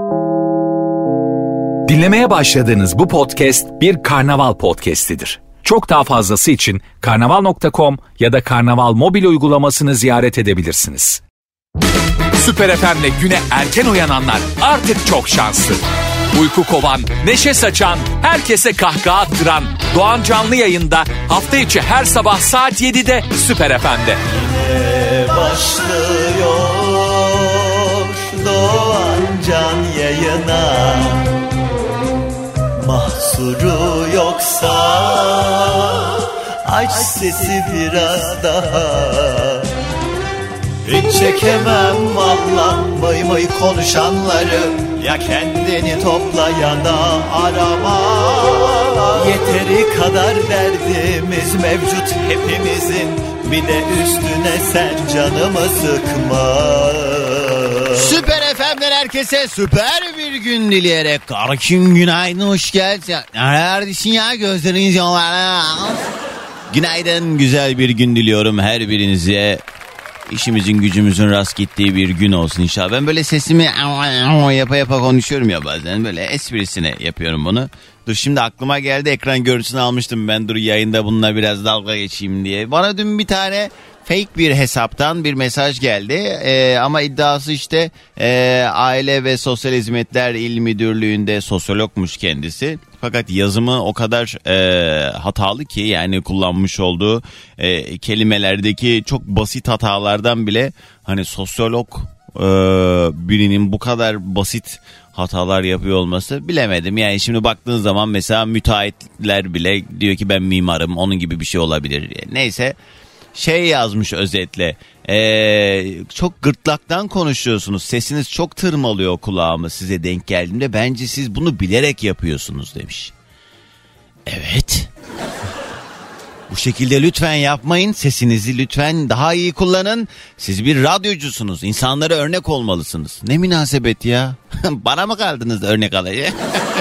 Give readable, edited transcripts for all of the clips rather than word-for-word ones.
Dinlemeye başladığınız bu podcast bir karnaval podcastidir. Çok daha fazlası için karnaval.com ya da karnaval mobil uygulamasını ziyaret edebilirsiniz. Süper FM'le güne erken uyananlar artık çok şanslı. Uyku kovan, neşe saçan, herkese kahkaha attıran Doğan Canlı yayında hafta içi her sabah saat 7'de Süper FM'de. Yine başlıyor Doğan Can yayına. Mahsuru yoksa aç sesi biraz daha. Hiç çekemem vallahi vay vay konuşanları. Ya kendini topla ya da arama. Yeteri kadar derdimiz mevcut hepimizin. Bir de üstüne sen canımı sıkma. Süper FM'den herkese süper bir gün dileyerek Karkin günaydın, hoş geldin. Neredesin ya, gözleriniz yollarda. Günaydın, güzel bir gün diliyorum her birinize. İşimizin gücümüzün rast gittiği bir gün olsun inşallah. Ben böyle sesimi yapa konuşuyorum ya bazen, böyle esprisine yapıyorum bunu. Dur şimdi aklıma geldi, ekran görüntüsünü almıştım ben, dur yayında bununla biraz dalga geçeyim diye. Bana dün bir tane fake bir hesaptan bir mesaj geldi ama iddiası işte Aile ve Sosyal Hizmetler İl Müdürlüğü'nde sosyologmuş kendisi. Fakat yazımı o kadar hatalı ki, yani kullanmış olduğu kelimelerdeki çok basit hatalardan bile hani sosyolog birinin bu kadar basit hatalar yapıyor olması, bilemedim. Yani şimdi baktığın zaman mesela müteahhitler bile diyor ki ben mimarım, onun gibi bir şey olabilir. Neyse, şey yazmış özetle, çok gırtlaktan konuşuyorsunuz, sesiniz çok tırmalıyor kulağımı size denk geldiğimde, bence siz bunu bilerek yapıyorsunuz demiş. Evet. Bu şekilde lütfen yapmayın, sesinizi lütfen daha iyi kullanın. Siz bir radyocusunuz, insanlara örnek olmalısınız. Ne münasebet ya. Bana mı kaldınız örnek alayı?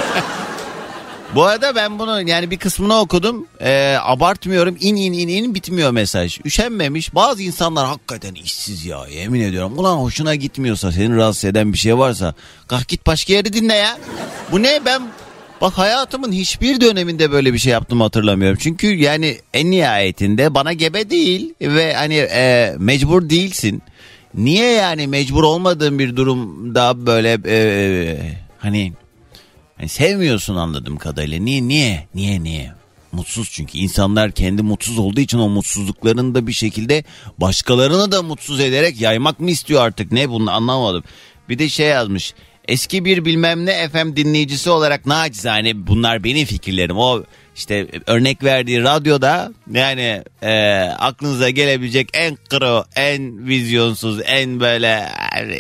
Bu arada ben bunu yani bir kısmını okudum. Abartmıyorum, in bitmiyor mesaj. Üşenmemiş. Bazı insanlar hakikaten işsiz ya, yemin ediyorum. Ulan hoşuna gitmiyorsa, seni rahatsız eden bir şey varsa kalk git başka yeri dinle ya. Bu ne, ben bak hayatımın hiçbir döneminde böyle bir şey yaptığımı hatırlamıyorum. Çünkü yani en nihayetinde bana gebe değil ve hani mecbur değilsin. Niye yani mecbur olmadığın bir durumda böyle hani sevmiyorsun anladığım kadarıyla. Niye? Mutsuz çünkü. İnsanlar kendi mutsuz olduğu için o mutsuzluklarını da bir şekilde başkalarını da mutsuz ederek yaymak mı istiyor artık? Ne, bunu anlamadım. Bir de şey yazmış. Eski bir bilmem ne FM dinleyicisi olarak nacizane bunlar benim fikirlerim. O işte örnek verdiği radyoda yani aklınıza gelebilecek en kro, en vizyonsuz, en böyle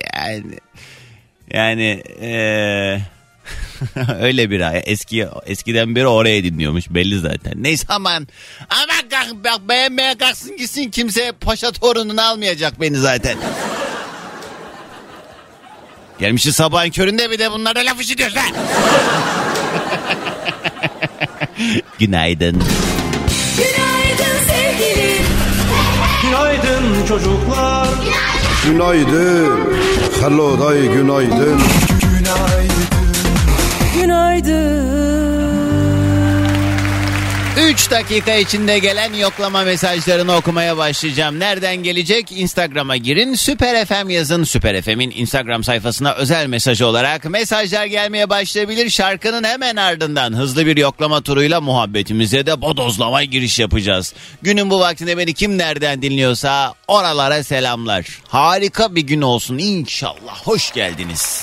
yani öyle bir eskiden beri oraya dinliyormuş belli zaten. Neyse aman bak beğenmeye kalksın gitsin, kimse paşa torununu almayacak beni zaten. Gelmişiz sabahın köründe, bir de bunlara laf işitiyoruz ha. Günaydın. Günaydın sevgilim. Günaydın çocuklar. Günaydın. Hello day, günaydın. Günaydın. 3 dakika içinde gelen yoklama mesajlarını okumaya başlayacağım. Nereden gelecek? Instagram'a girin. Süper FM yazın. Süper FM'in Instagram sayfasına özel mesaj olarak mesajlar gelmeye başlayabilir. Şarkının hemen ardından hızlı bir yoklama turuyla muhabbetimize de bodozlama giriş yapacağız. Günün bu vaktinde beni kim nereden dinliyorsa oralara selamlar. Harika bir gün olsun inşallah. Hoş geldiniz.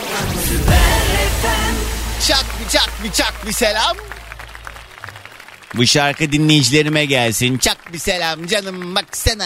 Çak bir selam. Bu şarkı dinleyicilerime gelsin. Çak bir selam canım baksana.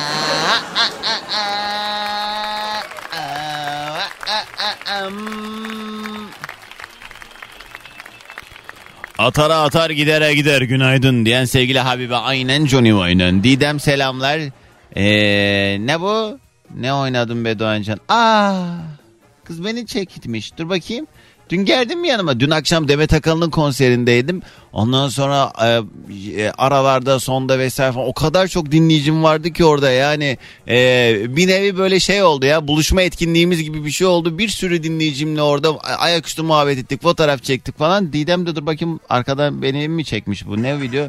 Atara atar gidere gider günaydın diyen sevgili Habibe, aynen Johnny Wayne'ın. Didem selamlar. Ne bu? Ne oynadın be Doğancan? Kız beni çekitmiş. Dur bakayım. Dün geldin mi yanıma? Dün akşam Demet Akalın'ın konserindeydim. Ondan sonra aralarda, sonda vesaire falan o kadar çok dinleyicim vardı ki orada yani bir nevi böyle şey oldu ya, buluşma etkinliğimiz gibi bir şey oldu. Bir sürü dinleyicimle orada ayaküstü muhabbet ettik, fotoğraf çektik falan. Didem de dur bakayım arkadan beni mi çekmiş bu, ne video?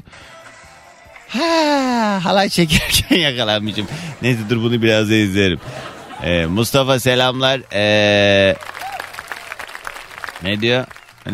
Halay çekerken yakalanmışım. Neyse dur bunu biraz da izlerim. Mustafa selamlar. Ne diyor?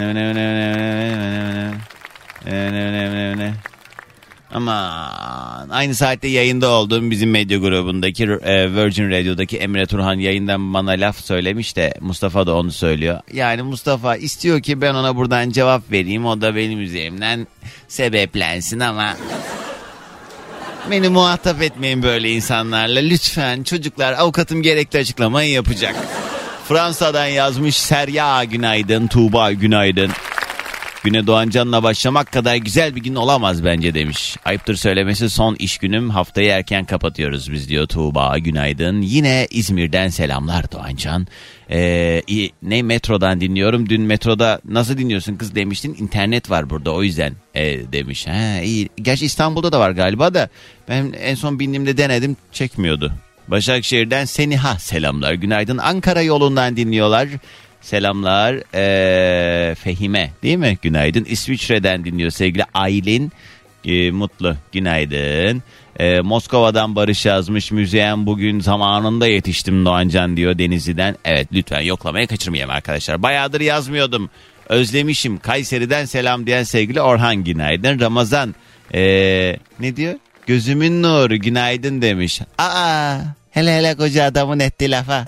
Aman aynı saatte yayında olduğum bizim medya grubundaki Virgin Radio'daki Emre Turhan yayından bana laf söylemiş de Mustafa da onu söylüyor. Yani Mustafa istiyor ki ben ona buradan cevap vereyim, o da benim üzerimden sebeplensin ama beni muhatap etmeyin böyle insanlarla lütfen. Çocuklar, avukatım gerekli açıklamayı yapacak. Fransa'dan yazmış Serya, günaydın. Tuğba günaydın. Güne Doğancan'la başlamak kadar güzel bir gün olamaz bence demiş. Ayıptır söylemesi son iş günüm, haftayı erken kapatıyoruz biz diyor Tuğba günaydın. Yine İzmir'den selamlar Doğancan. Ne metrodan dinliyorum, dün metroda nasıl dinliyorsun kız demiştin, internet var burada o yüzden demiş. İyi. Gerçi İstanbul'da da var galiba da ben en son bindiğimde denedim, çekmiyordu. Başakşehir'den Seniha selamlar günaydın. Ankara yolundan dinliyorlar. Selamlar Fehime değil mi? Günaydın. İsviçre'den dinliyor sevgili Aylin. Mutlu günaydın. Moskova'dan Barış yazmış. Müzeyyen bugün zamanında yetiştim Doğancan diyor Denizli'den. Evet lütfen yoklamaya kaçırmayayım arkadaşlar. Bayağıdır yazmıyordum. Özlemişim. Kayseri'den selam diyen sevgili Orhan günaydın. Ramazan ne diyor? Gözümün nuru günaydın demiş. Hele hele koca adamın ettiği lafa.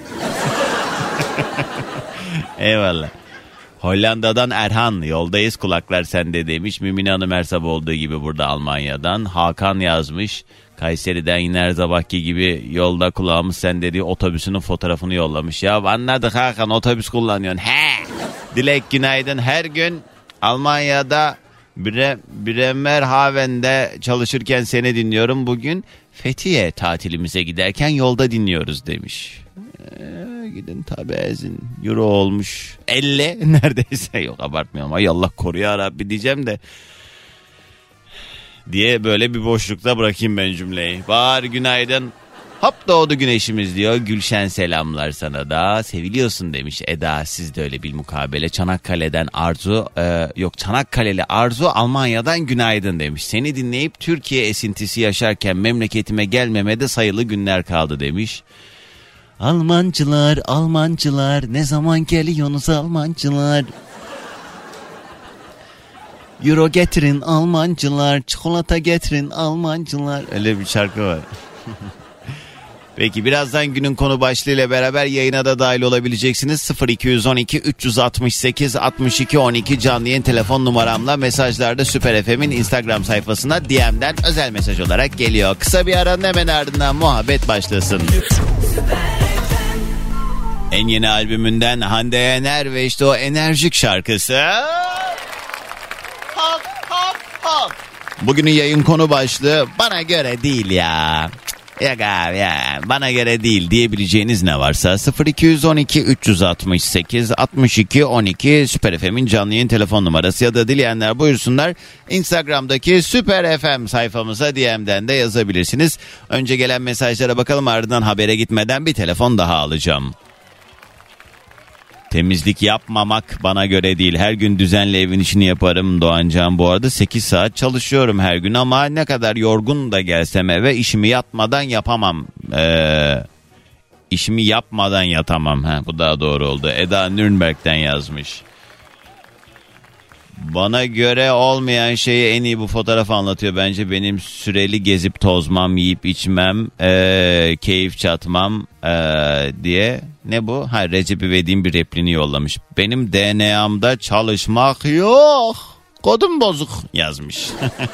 Eyvallah. Hollanda'dan Erhan yoldayız kulaklar sende demiş. Mümine Hanım her sabah olduğu gibi burada Almanya'dan. Hakan yazmış. Kayseri'den yine her sabahki gibi yolda kulağımız sende diye otobüsünün fotoğrafını yollamış. Ya anladık Hakan, otobüs kullanıyorsun. He. Dilek günaydın. Her gün Almanya'da Bremerhaven'de çalışırken seni dinliyorum. Bugün Fethiye tatilimize giderken yolda dinliyoruz demiş. Gidin tabi ezin. Euro olmuş 50 neredeyse, yok abartmıyorum. Ay Allah koru ya Rabbi diyeceğim de diye böyle bir boşlukta bırakayım ben cümleyi. Bahar günaydın. Hop doğdu güneşimiz diyor. Gülşen selamlar sana da. Seviliyorsun demiş Eda. Siz de öyle bir mukabele. Çanakkale'den Arzu Çanakkale'li Arzu Almanya'dan günaydın demiş. Seni dinleyip Türkiye esintisi yaşarken memleketime gelmemede sayılı günler kaldı demiş. Almancılar ne zaman geliyorsunuz Almancılar? Euro getirin Almancılar, çikolata getirin Almancılar. Öyle bir şarkı var. Peki birazdan günün konu başlığıyla beraber yayına da dahil olabileceksiniz. 0212 368 62 12 canlı yayın telefon numaramla mesajlarda Süper FM'in Instagram sayfasına DM'den özel mesaj olarak geliyor. Kısa bir aranın hemen ardından muhabbet başlasın. En yeni albümünden Hande Yener ve işte o enerjik şarkısı. Hop hop hop. Bugünün yayın konu başlığı bana göre değil ya. Ya bana göre değil diyebileceğiniz ne varsa 0212 368 62 12 Süper FM'in canlı yayın telefon numarası ya da dileyenler buyursunlar. Instagram'daki Süper FM sayfamıza DM'den de yazabilirsiniz. Önce gelen mesajlara bakalım, ardından habere gitmeden bir telefon daha alacağım. Temizlik yapmamak bana göre değil. Her gün düzenli evin işini yaparım Doğancan. Bu arada 8 saat çalışıyorum her gün ama ne kadar yorgun da gelsem eve işimi yapmadan yapamam. İşimi yapmadan yatamam. Bu daha doğru oldu. Eda Nürnberg'den yazmış. Bana göre olmayan şeyi en iyi bu fotoğraf anlatıyor. Bence benim süreli gezip tozmam, yiyip içmem, keyif çatmam diye. Ne bu? Recep İvedik'in bir repliğini yollamış. Benim DNA'mda çalışmak yok. Kodum bozuk yazmış.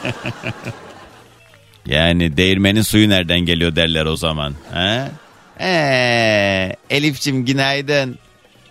Yani değirmenin suyu nereden geliyor derler o zaman. Elif'cim günaydın.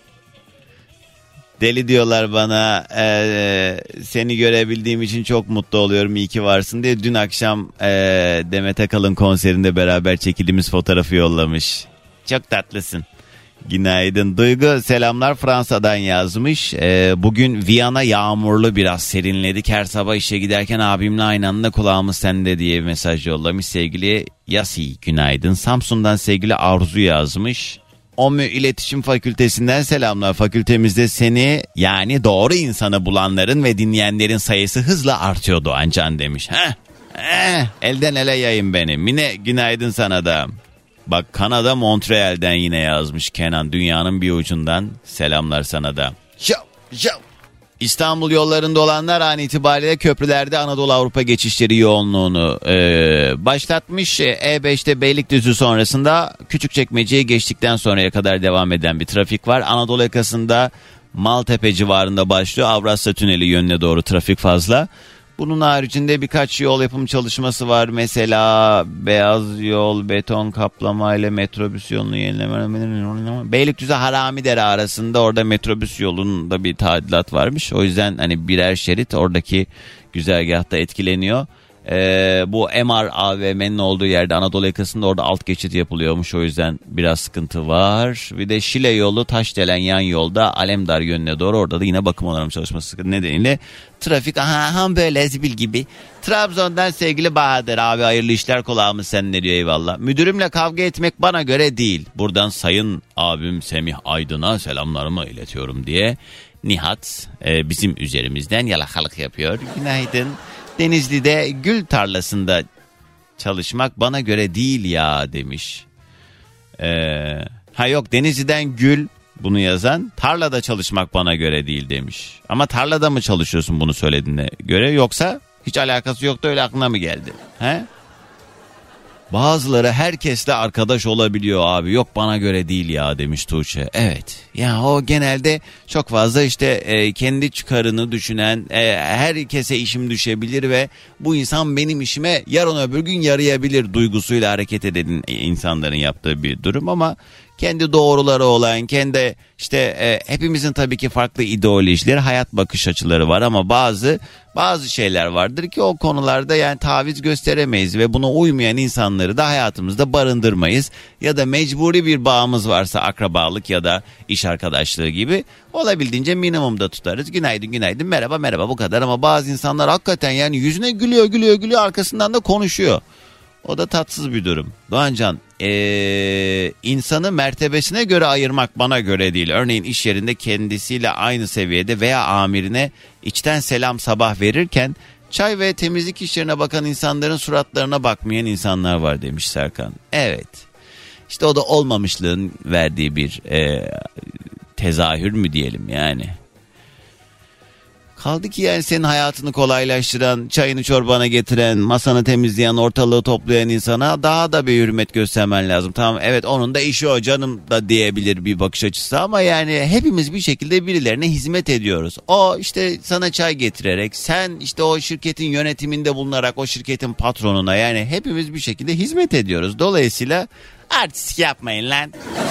Deli diyorlar bana, seni görebildiğim için çok mutlu oluyorum, iyi ki varsın diye. Dün akşam Demet Akalın konserinde beraber çekildiğimiz fotoğrafı yollamış. Çok tatlısın. Günaydın. Duygu selamlar Fransa'dan yazmış. Bugün Viyana yağmurlu, biraz serinledik. Her sabah işe giderken abimle aynı anda kulağımız sende diye mesaj yollamış sevgili Yasi. Günaydın. Samsun'dan sevgili Arzu yazmış. OMÜ İletişim Fakültesinden selamlar. Fakültemizde seni, yani doğru insanı bulanların ve dinleyenlerin sayısı hızla artıyor Doğancan demiş. Elden ele yayın beni. Mine günaydın sana da. Bak Kanada Montreal'den yine yazmış Kenan, dünyanın bir ucundan selamlar sana da. İstanbul yollarında olanlar an itibariyle köprülerde Anadolu Avrupa geçişleri yoğunluğunu başlatmış. E5'te Beylikdüzü sonrasında Küçükçekmece'yi geçtikten sonraya kadar devam eden bir trafik var. Anadolu yakasında Maltepe civarında başlıyor. Avrasya Tüneli yönüne doğru trafik fazla. Bunun haricinde birkaç yol yapım çalışması var. Mesela beyaz yol, beton kaplama ile metrobüs yolunu yenileme. Beylikdüzü Haramidere arasında orada metrobüs yolunda bir tadilat varmış. O yüzden hani birer şerit oradaki güzergahta etkileniyor. Bu MR AVM'nin olduğu yerde Anadolu yakasında orada alt geçit yapılıyormuş. O yüzden biraz sıkıntı var. Bir de Şile yolu Taşdelen yan yolda Alemdar yönüne doğru, orada da yine bakım onarım çalışması nedeniyle trafik böyle zibil gibi. Trabzon'dan sevgili Bahadır abi, hayırlı işler, kulağımız seninle diyor, eyvallah. Müdürümle kavga etmek bana göre değil. Buradan sayın abim Semih Aydın'a selamlarımı iletiyorum diye Nihat bizim üzerimizden yalakalık yapıyor. Günaydın. Denizli'de gül tarlasında çalışmak bana göre değil ya demiş. Yok, Denizli'den gül bunu yazan, tarlada çalışmak bana göre değil demiş. Ama tarlada mı çalışıyorsun bunu söylediğine göre, yoksa hiç alakası yoktu, öyle aklına mı geldi? Bazıları herkesle arkadaş olabiliyor abi. Yok bana göre değil ya demiş Tuğçe. Evet ya, o genelde çok fazla işte kendi çıkarını düşünen, herkese işim düşebilir ve bu insan benim işime yarın öbür gün yarayabilir duygusuyla hareket eden insanların yaptığı bir durum. Ama kendi doğruları olan, kendi işte hepimizin tabii ki farklı ideolojileri, hayat bakış açıları var ama bazı şeyler vardır ki o konularda yani taviz gösteremeyiz ve buna uymayan insanları da hayatımızda barındırmayız. Ya da mecburi bir bağımız varsa, akrabalık ya da iş arkadaşlığı gibi, olabildiğince minimumda tutarız. Günaydın, merhaba bu kadar. Ama bazı insanlar hakikaten yani yüzüne gülüyor arkasından da konuşuyor. O da tatsız bir durum. Doğancan, insanı mertebesine göre ayırmak bana göre değil. Örneğin iş yerinde kendisiyle aynı seviyede veya amirine içten selam sabah verirken çay ve temizlik işlerine bakan insanların suratlarına bakmayan insanlar var demiş Serkan. Evet. İşte o da olmamışlığın verdiği bir tezahür mü diyelim yani. Kaldı ki yani senin hayatını kolaylaştıran, çayını çorbana getiren, masanı temizleyen, ortalığı toplayan insana daha da bir hürmet göstermen lazım. Tamam, evet, onun da işi o canım da diyebilir bir bakış açısı ama yani hepimiz bir şekilde birilerine hizmet ediyoruz. O işte sana çay getirerek, sen işte o şirketin yönetiminde bulunarak o şirketin patronuna, yani hepimiz bir şekilde hizmet ediyoruz. Dolayısıyla artistik yapmayın lan.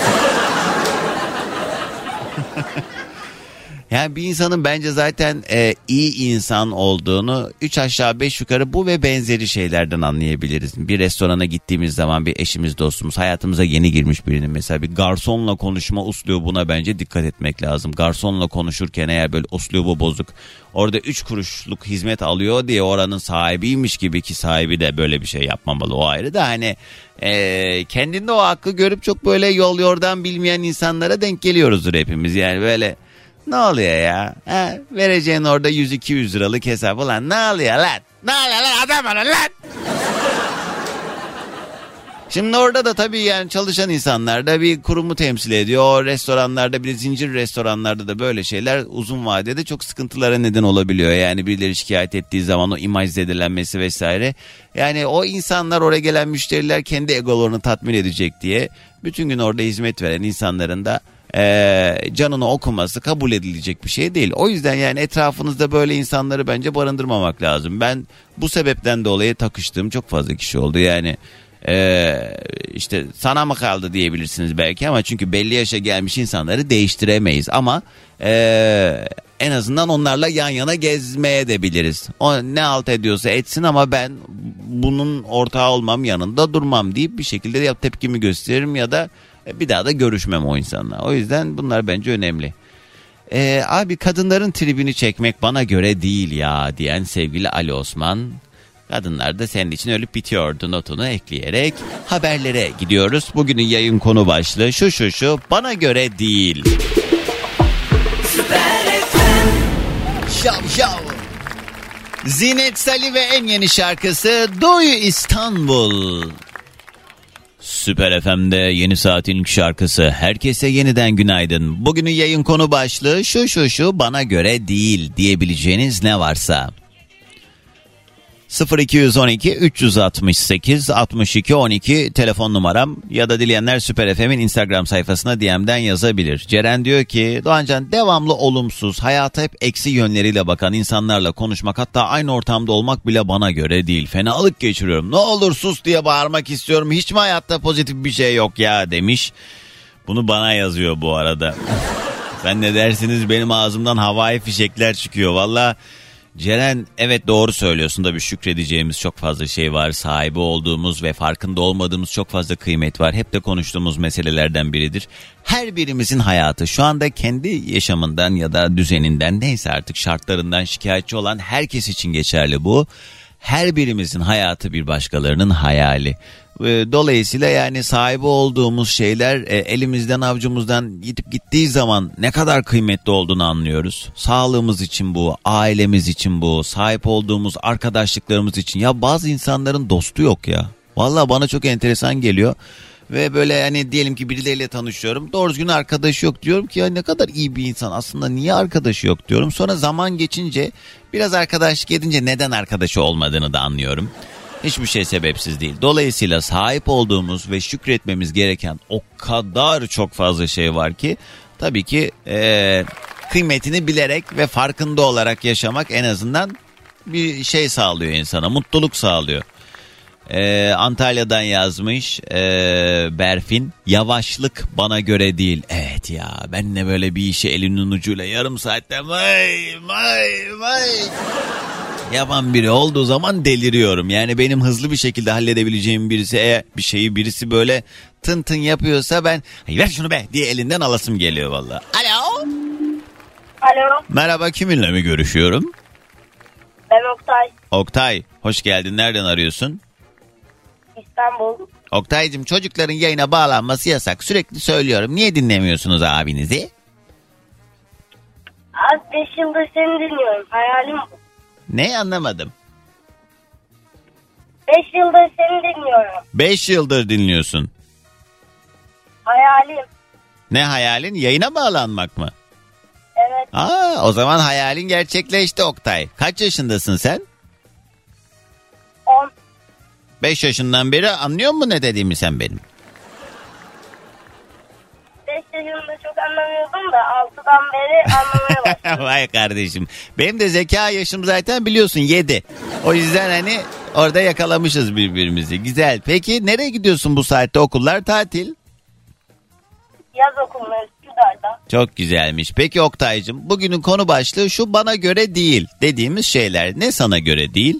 Yani bir insanın bence zaten iyi insan olduğunu 3 aşağı 5 yukarı bu ve benzeri şeylerden anlayabiliriz. Bir restorana gittiğimiz zaman bir eşimiz, dostumuz, hayatımıza yeni girmiş birinin mesela bir garsonla konuşma uslubuna bence dikkat etmek lazım. Garsonla konuşurken eğer böyle uslubu bozuk, orada 3 kuruşluk hizmet alıyor diye oranın sahibiymiş gibi, ki sahibi de böyle bir şey yapmamalı, o ayrı da hani kendinde o hakkı görüp çok böyle yol yordan bilmeyen insanlara denk geliyoruzdur hepimiz. Yani böyle ne oluyor ya? Vereceğin orada 100-200 liralık hesap ulan, ne oluyor lan? Ne oluyor lan, adam olun lan? Şimdi orada da tabii yani çalışan insanlar da bir kurumu temsil ediyor. O restoranlarda, bir de zincir restoranlarda da böyle şeyler uzun vadede çok sıkıntılara neden olabiliyor. Yani birileri şikayet ettiği zaman o imaj zedelenmesi vesaire. Yani o insanlar, oraya gelen müşteriler kendi egolarını tatmin edecek diye bütün gün orada hizmet veren insanların da canını okuması kabul edilecek bir şey değil. O yüzden yani etrafınızda böyle insanları bence barındırmamak lazım. Ben bu sebepten dolayı takıştığım çok fazla kişi oldu. Yani işte sana mı kaldı diyebilirsiniz belki ama çünkü belli yaşa gelmiş insanları değiştiremeyiz ama en azından onlarla yan yana gezmeye de biliriz. O ne halt ediyorsa etsin ama ben bunun ortağı olmam, yanında durmam deyip bir şekilde ya tepkimi gösteririm ya da Bir daha da görüşmem o insanla. O yüzden bunlar bence önemli. Abi kadınların tribini çekmek bana göre değil ya diyen sevgili Ali Osman. Kadınlar da senin için ölüp bitiyordu notunu ekleyerek haberlere gidiyoruz. Bugünün yayın konu başlığı şu bana göre değil. Şav. Zinet Salih ve en yeni şarkısı Doğu İstanbul. Süper FM'de yeni saatin ilk şarkısı. Herkese yeniden günaydın. Bugünün yayın konu başlığı şu bana göre değil diyebileceğiniz ne varsa. 0212 368 62 12 telefon numaram ya da dileyenler Süper FM'in Instagram sayfasına DM'den yazabilir. Ceren diyor ki Doğancan devamlı olumsuz, hayata hep eksi yönleriyle bakan insanlarla konuşmak, hatta aynı ortamda olmak bile bana göre değil. Fenalık geçiriyorum. Ne olur sus diye bağırmak istiyorum. Hiç mi hayatta pozitif bir şey yok ya demiş. Bunu bana yazıyor bu arada. Sen ne dersiniz, benim ağzımdan havai fişekler çıkıyor valla. Ceren evet doğru söylüyorsun da bir şükredeceğimiz çok fazla şey var. Sahibi olduğumuz ve farkında olmadığımız çok fazla kıymet var. Hep de konuştuğumuz meselelerden biridir. Her birimizin hayatı şu anda kendi yaşamından ya da düzeninden neyse artık şartlarından şikayetçi olan herkes için geçerli bu. Her birimizin hayatı bir başkalarının hayali. Dolayısıyla yani sahibi olduğumuz şeyler elimizden avucumuzdan gittiği zaman ne kadar kıymetli olduğunu anlıyoruz. Sağlığımız için bu, ailemiz için bu, sahip olduğumuz arkadaşlıklarımız için. Ya bazı insanların dostu yok ya. Vallahi bana çok enteresan geliyor. Ve böyle yani diyelim ki birileriyle tanışıyorum. Doğru düzgün arkadaşı yok, diyorum ki ya ne kadar iyi bir insan, aslında niye arkadaşı yok diyorum. Sonra zaman geçince biraz arkadaşlık edince neden arkadaşı olmadığını da anlıyorum. Hiçbir şey sebepsiz değil. Dolayısıyla sahip olduğumuz ve şükretmemiz gereken o kadar çok fazla şey var ki tabii ki kıymetini bilerek ve farkında olarak yaşamak en azından bir şey sağlıyor insana, mutluluk sağlıyor. Antalya'dan yazmış Berfin, yavaşlık bana göre değil. Evet ya, ben de böyle bir işi elinin ucuyla yarım saatte vay yapan biri olduğu zaman deliriyorum. Yani benim hızlı bir şekilde halledebileceğim birisi, bir şeyi birisi böyle tın yapıyorsa ben ver şunu be diye elinden alasım geliyor vallahi. Alo. Merhaba, kiminle mi görüşüyorum? Ben Oktay. Oktay, hoş geldin. Nereden arıyorsun? İstanbul. Oktay'cığım, çocukların yayına bağlanması yasak. Sürekli söylüyorum. Niye dinlemiyorsunuz abinizi? Az 5 yıldır seni dinliyorum. Hayalim bu. Ne, anlamadım. 5 yıldır seni dinliyorum. 5 yıldır dinliyorsun. Hayalim. Ne hayalin? Yayına bağlanmak mı? Evet. O zaman hayalin gerçekleşti Oktay. Kaç yaşındasın sen? 10. 5 yaşından beri anlıyor musun ne dediğimi sen benim? 5 yaşında çok anlamıyordum da 6'dan beri anlamaya başladım. Vay kardeşim. Benim de zeka yaşım zaten biliyorsun 7. O yüzden hani orada yakalamışız birbirimizi. Güzel. Peki nereye gidiyorsun bu saatte? Okullar tatil. Yaz okulları Üsküdar'da. Çok güzelmiş. Peki Oktay'cığım, bugünün konu başlığı şu bana göre değil dediğimiz şeyler. Ne sana göre değil?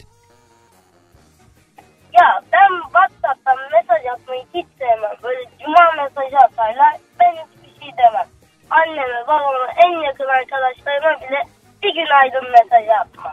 Ya ben WhatsApp'tan mesaj atmayı hiç sevmem. Böyle cuma mesajı atarlar. Ben hiçbir şey demem. Anneme, babama, en yakın arkadaşlarıma bile bir günaydın mesajı atmam.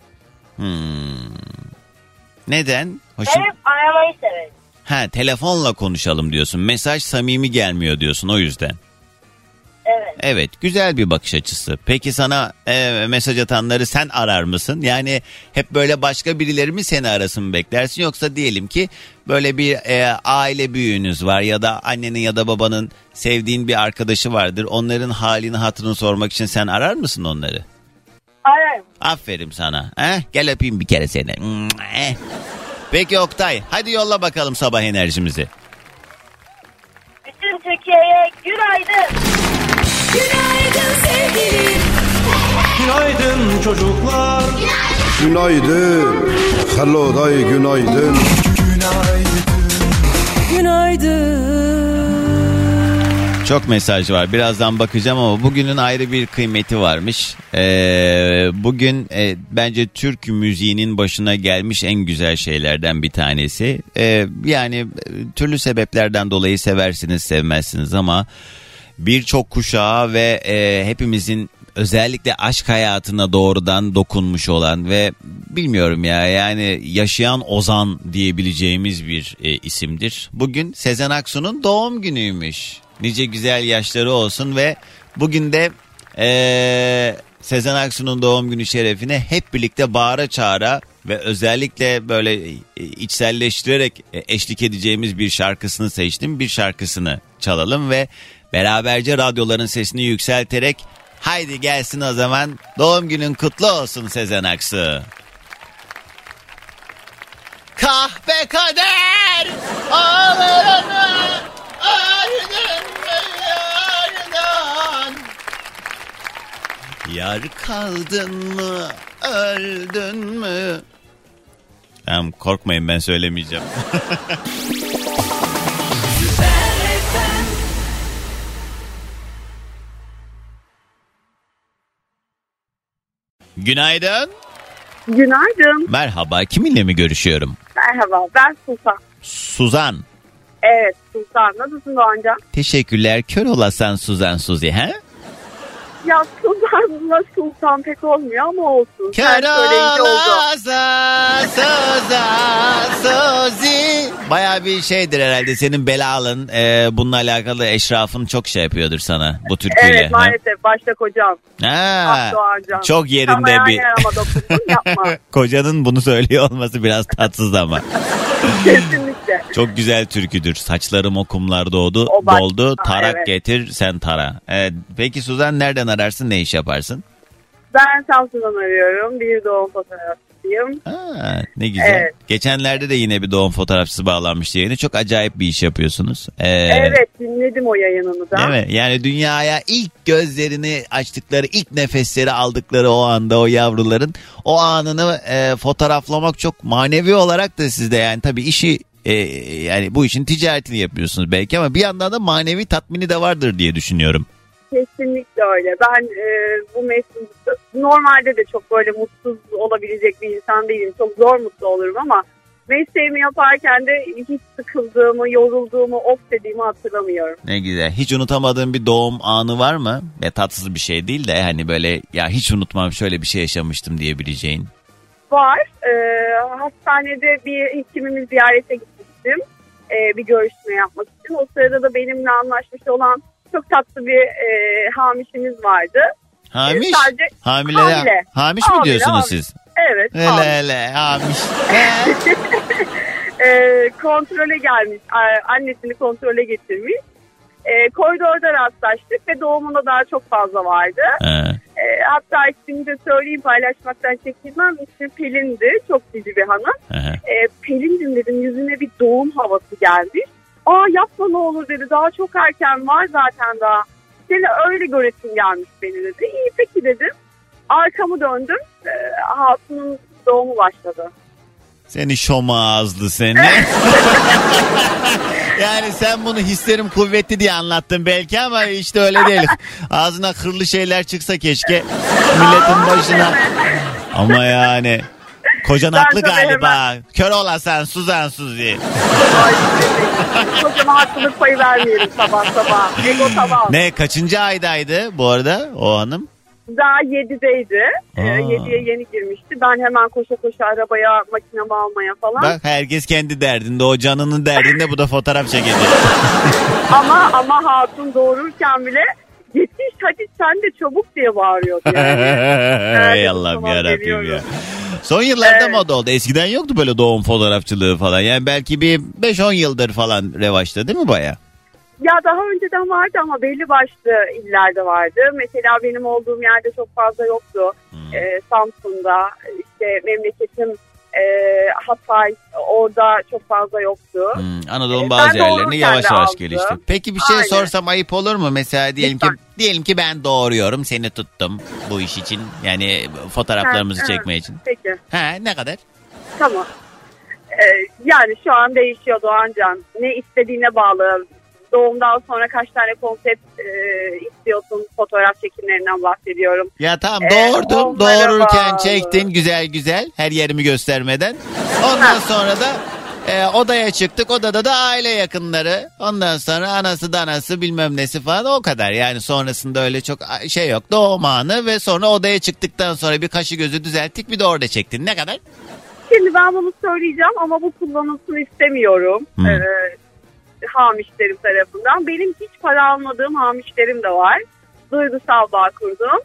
Neden? Ben hep aramayı severim. Telefonla konuşalım diyorsun. Mesaj samimi gelmiyor diyorsun o yüzden. Evet. Evet, güzel bir bakış açısı. Peki sana mesaj atanları sen arar mısın? Yani hep böyle başka birileri mi seni arasın beklersin? Yoksa diyelim ki böyle bir aile büyüğünüz var ya da annenin ya da babanın sevdiğin bir arkadaşı vardır. Onların halini hatırını sormak için sen arar mısın onları? Ararım. Aferin sana. Gel öpeyim bir kere seni. Peki Oktay, hadi yolla bakalım sabah enerjimizi. Bütün Türkiye'ye günaydın. Günaydın sevgilim. Günaydın çocuklar. Günaydın. Hello day, günaydın. Günaydın. Çok mesaj var. Birazdan bakacağım ama bugünün ayrı bir kıymeti varmış. Bugün bence Türk müziğinin başına gelmiş en güzel şeylerden bir tanesi. Yani türlü sebeplerden dolayı seversiniz sevmezsiniz ama birçok kuşağı ve hepimizin özellikle aşk hayatına doğrudan dokunmuş olan ve bilmiyorum ya yani yaşayan ozan diyebileceğimiz bir isimdir. Bugün Sezen Aksu'nun doğum günüymüş. Nice güzel yaşları olsun ve bugün de Sezen Aksu'nun doğum günü şerefine hep birlikte bağıra çağıra ve özellikle böyle içselleştirerek eşlik edeceğimiz bir şarkısını seçtim. Bir şarkısını çalalım ve beraberce radyoların sesini yükselterek haydi gelsin o zaman doğum günün kutlu olsun Sezen Aksu. Kahpe kader ağlarını ardın mı yardan, yar kaldın mı öldün mü? Tamam korkmayın ben söylemeyeceğim. Günaydın. Günaydın. Merhaba, kiminle mi görüşüyorum? Merhaba, ben Sultan. Suzan. Evet, Sultan. Nasılsın Doğancan? Teşekkürler. Kör olasan Suzan Suzi he? Ya Sultan'la Sultan pek olmuyor ama olsun. Kör olasan Suzan Suzi. Baya bir şeydir herhalde senin belalın. Bununla alakalı eşrafın çok şey yapıyordur sana bu türküyle. Evet maalesef başta kocam. Ha, Doğancan. çok yerinde bir. Ama dokundun yapma. Kocanın bunu söylüyor olması biraz tatsız ama. Kesinlikle. Çok güzel türküdür. Saçlarım o kumlar doldu. Tarak evet. Getir sen tara. Peki Suzan nereden ararsın, ne iş yaparsın? Ben Samsun'dan arıyorum. Bir doğum fotoğrafçısıyım. Ne güzel. Evet. Geçenlerde de yine bir doğum fotoğrafçısı bağlanmıştı yayına. Çok acayip bir iş yapıyorsunuz. Evet dinledim o yayınını da. Değil mi? Yani dünyaya ilk gözlerini açtıkları, ilk nefesleri aldıkları o anda o yavruların o anını fotoğraflamak çok manevi olarak da sizde yani tabii işi yani bu işin ticaretini yapıyorsunuz belki ama bir yandan da manevi tatmini de vardır diye düşünüyorum. Kesinlikle öyle. Ben bu mesleğimde normalde de çok böyle mutsuz olabilecek bir insan değilim. Çok zor mutlu olurum ama mesleğimi yaparken de hiç sıkıldığımı, yorulduğumu, of dediğimi hatırlamıyorum. Ne güzel. Hiç unutamadığın bir doğum anı var mı? Tatsız bir şey değil de hani böyle ya hiç unutmam şöyle bir şey yaşamıştım diyebileceğin. Var. Hastanede bir hekimimi ziyarete gitmiştim. Bir görüşme yapmak için. O sırada da benimle anlaşmış olan çok tatlı bir hamişimiz vardı. Hamiş? Hamile. Hamiş mi diyorsunuz siz? Evet. Hele hamiş. Kontrole gelmiş. Annesini kontrole getirmiş. Koridorda rastlaştık ve doğumunda daha çok fazla vardı. Hatta ismini de söyleyeyim, paylaşmaktan çekinmem. İsmi Pelin'di. Çok cici bir hanım. Pelin'cim dedim, yüzüne bir doğum havası gelmiş. Yapma ne olur dedi. Daha çok erken var zaten daha. Seni öyle göresim gelmiş beni dedi. İyi peki dedim. Arkamı döndüm. Hatunun doğumu başladı. Seni şom ağızlı seni. Yani sen bunu hislerim kuvvetli diye anlattın belki ama işte öyle değil. Ağzına kırlı şeyler çıksa keşke milletin başına. Ama yani kocan haklı galiba. Hemen... Kör olasan Suzan Suzi. Kocama haklılık payı vermeyelim sabah. Ego tamam. Ne kaçıncı aydaydı bu arada o hanım? Daha 7'deydi. 7'ye yeni girmişti. Ben hemen koşa arabaya, makinemi almaya falan. Bak herkes kendi derdinde. O canının derdinde, bu da fotoğraf çekecek. ama hatun doğururken bile yetiş hadi sen de çabuk diye bağırıyordu yani. Ey Allah'ım yarabbim ya. Son yıllarda moda oldu. Eskiden yoktu böyle doğum fotoğrafçılığı falan. Yani belki bir 5-10 yıldır falan revaçta değil mi baya? Ya daha önceden vardı ama belli başlı illerde vardı. Mesela benim olduğum yerde çok fazla yoktu. Samsun'da, işte memleketim Hatay, orada çok fazla yoktu. Anadolu'nun bazı yerlerini yavaş gelişti. Peki bir şey sorsam ayıp olur mu? Mesela diyelim ki ben doğuruyorum, seni tuttum bu iş için. Yani fotoğraflarımızı çekme için. Peki. Ne kadar? Tamam. Yani şu an değişiyor Doğancan. Ne istediğine bağlı. doğumdan sonra kaç tane konsept istiyorsun, fotoğraf çekimlerinden bahsediyorum. Ya tamam doğurdum. Onlara Doğururken bağlı. çektin güzel her yerimi göstermeden. Ondan sonra da odaya çıktık. Odada da aile yakınları. Ondan sonra anası danası bilmem nesi falan, o kadar. Yani sonrasında öyle çok şey yok. Doğum anı ve sonra odaya çıktıktan sonra bir kaşı gözü düzelttik, bir de orada çektin. Ne kadar? Şimdi ben bunu söyleyeceğim ama bu kullanılsın istemiyorum. Hamişlerim tarafından. Benim hiç para almadığım hamişlerim de var. Duygusal bağ kurdum.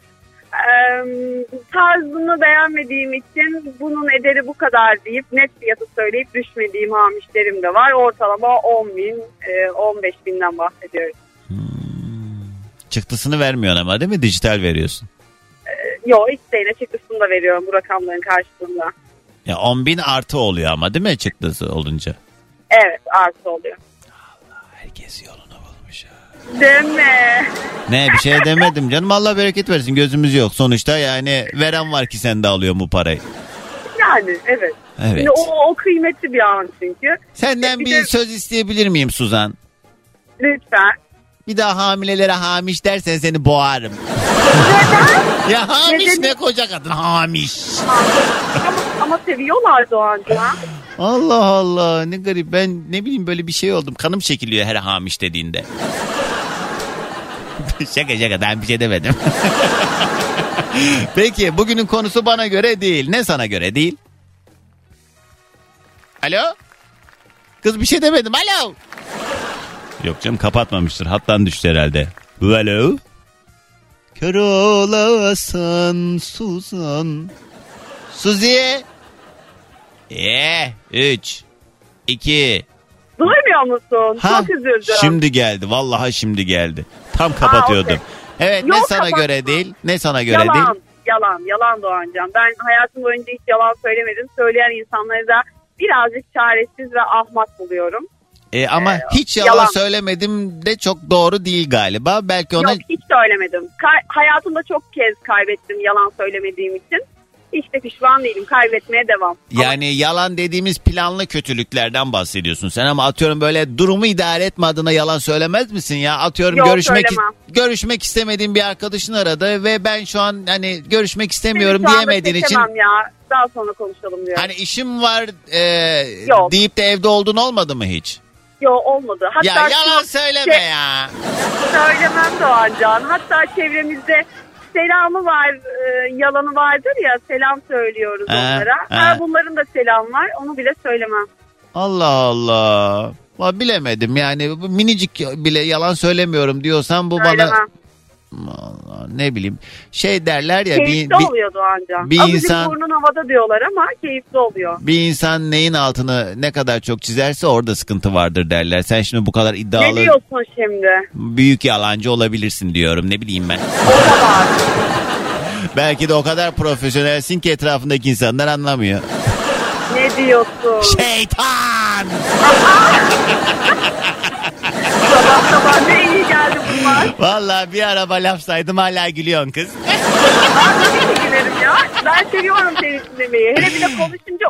Tarzını beğenmediğim için bunun ederi bu kadar deyip net fiyatı söyleyip düşmediğim hamişlerim de var. Ortalama 10.000, 15.000'den bahsediyoruz. Çıktısını vermiyorsun ama değil mi? Dijital veriyorsun. Yok, isteğine çıktısını da veriyorum bu rakamların karşılığında. Ya 10.000 artı oluyor ama değil mi çıktısı olunca? Evet, artı oluyor. Allah, herkes yolunu bulmuş ha. Deme. Ne, bir şey demedim canım, Allah bereket versin, gözümüz yok. Sonuçta yani veren var ki sen de alıyor bu parayı. Yani evet. Evet. Şimdi o kıymetli bir an çünkü. Senden bir söz isteyebilir miyim Suzan? Lütfen. Bir daha hamilelere hamiş dersen seni boğarım. Neden? Ya hamiş Neden? ne koca kadın hamiş. Ama seviyorlar Doğancığım. Allah Allah, ne garip, ben ne bileyim böyle bir şey oldum. Kanım çekiliyor her hamiş dediğinde. Şaka ben bir şey demedim. Peki bugünün konusu bana göre değil. Ne sana göre değil? Alo? Kız bir şey demedim. Alo? Yok canım, kapatmamıştır. Hattan düştü herhalde. Alo? Kör olasın Suzan. Suzi'ye. 3 2 Duymuyor musun? Ha, Çok üzüldüm. şimdi geldi. Vallahi şimdi geldi. Tam kapatıyordum. Okay. Evet, Yok, ne sana kapatma. göre değil, ne sana göre değil. Yalan Doğancığım. Ben hayatım boyunca hiç yalan söylemedim. Söyleyen insanları da birazcık çaresiz ve ahmak buluyorum. Ama hiç yalan söylemedim de çok doğru değil galiba. Belki ona... Yok, hiç söylemedim. Hayatımda çok kez kaybettim yalan söylemediğim için. Hiç de pişman değilim. Kaybetmeye devam. Yani yalan dediğimiz planlı kötülüklerden bahsediyorsun sen, ama atıyorum böyle durumu idare etme adına yalan söylemez misin ya? Atıyorum Yok, görüşmek istemediğin bir arkadaşın aradı ve ben şu an hani görüşmek istemiyorum Şu anda diyemediğin için. ya. Daha sonra konuşalım diyorum. Hani işim var Yok. deyip de evde olduğun olmadı mı hiç? Yok, olmadı. Hatta Ya yalan söyleme ya. Söylemem Doğancan. Hatta çevremizde selamı var, yalanı vardır ya, selam söylüyoruz onlara. Bunların da selam var, onu bile söylemem. Allah Allah. Bilemedim yani, bu minicik bile yalan söylemiyorum diyorsan bu Söylemem. bana... Allah, ne bileyim şey derler ya, keyifli oluyor Doğancan. bir Azıcık insan, burnun havada diyorlar ama keyifli oluyor. bir insan neyin altını ne kadar çok çizerse orada sıkıntı vardır derler. Sen şimdi bu kadar iddialı, Ne diyorsun şimdi? büyük yalancı olabilirsin diyorum, ne bileyim ben. O kadar. Belki de o kadar profesyonelsin ki etrafındaki insanlar anlamıyor. Ne diyorsun? Şeytan! Sabah ne iyi geldi bunlar. Vallahi bir araba laf saydım hala gülüyorsun kız. Ben de gülerim ya. Ben seviyorum seni dinlemeyi. Hele bir de konuşunca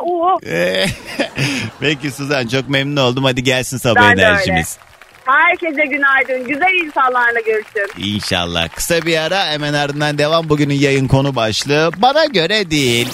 Peki Suzan, çok memnun oldum. Hadi gelsin sabah Ben de enerjimiz. Herkese günaydın. Güzel insanlarla görüşürüz. İnşallah. Kısa bir ara, hemen ardından devam. Bugünün yayın konu başlığı bana göre değil.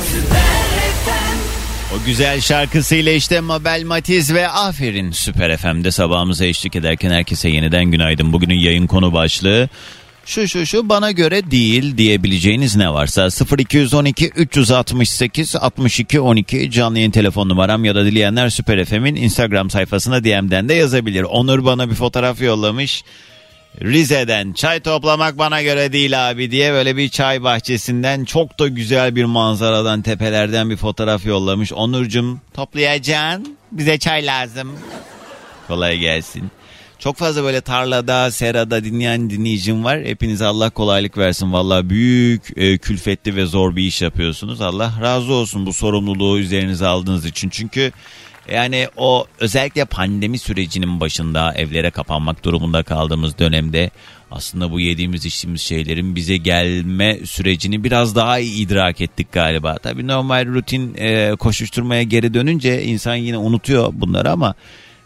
O güzel şarkısıyla işte Mabel Matiz ve Aferin Süper FM'de sabahımıza eşlik ederken herkese yeniden günaydın. Bugünün yayın konu başlığı şu bana göre değil diyebileceğiniz ne varsa 0212 368 62 12 canlı yayın telefon numaram ya da dileyenler Süper FM'in Instagram sayfasına DM'den de yazabilir. Onur bana bir fotoğraf yollamış. Rize'den çay toplamak bana göre değil abi diye, böyle bir çay bahçesinden çok da güzel bir manzaradan, tepelerden bir fotoğraf yollamış. Onurcuğum, toplayacaksın, bize çay lazım. Kolay gelsin. Çok fazla böyle tarlada, serada dinleyen dinleyicim var. Hepinize Allah kolaylık versin. Vallahi büyük, külfetli ve zor bir iş yapıyorsunuz. Allah razı olsun bu sorumluluğu üzerinize aldığınız için. Çünkü yani o özellikle pandemi sürecinin başında evlere kapanmak durumunda kaldığımız dönemde aslında bu yediğimiz içtiğimiz şeylerin bize gelme sürecini biraz daha iyi idrak ettik galiba. Tabii normal rutin koşuşturmaya geri dönünce insan yine unutuyor bunları ama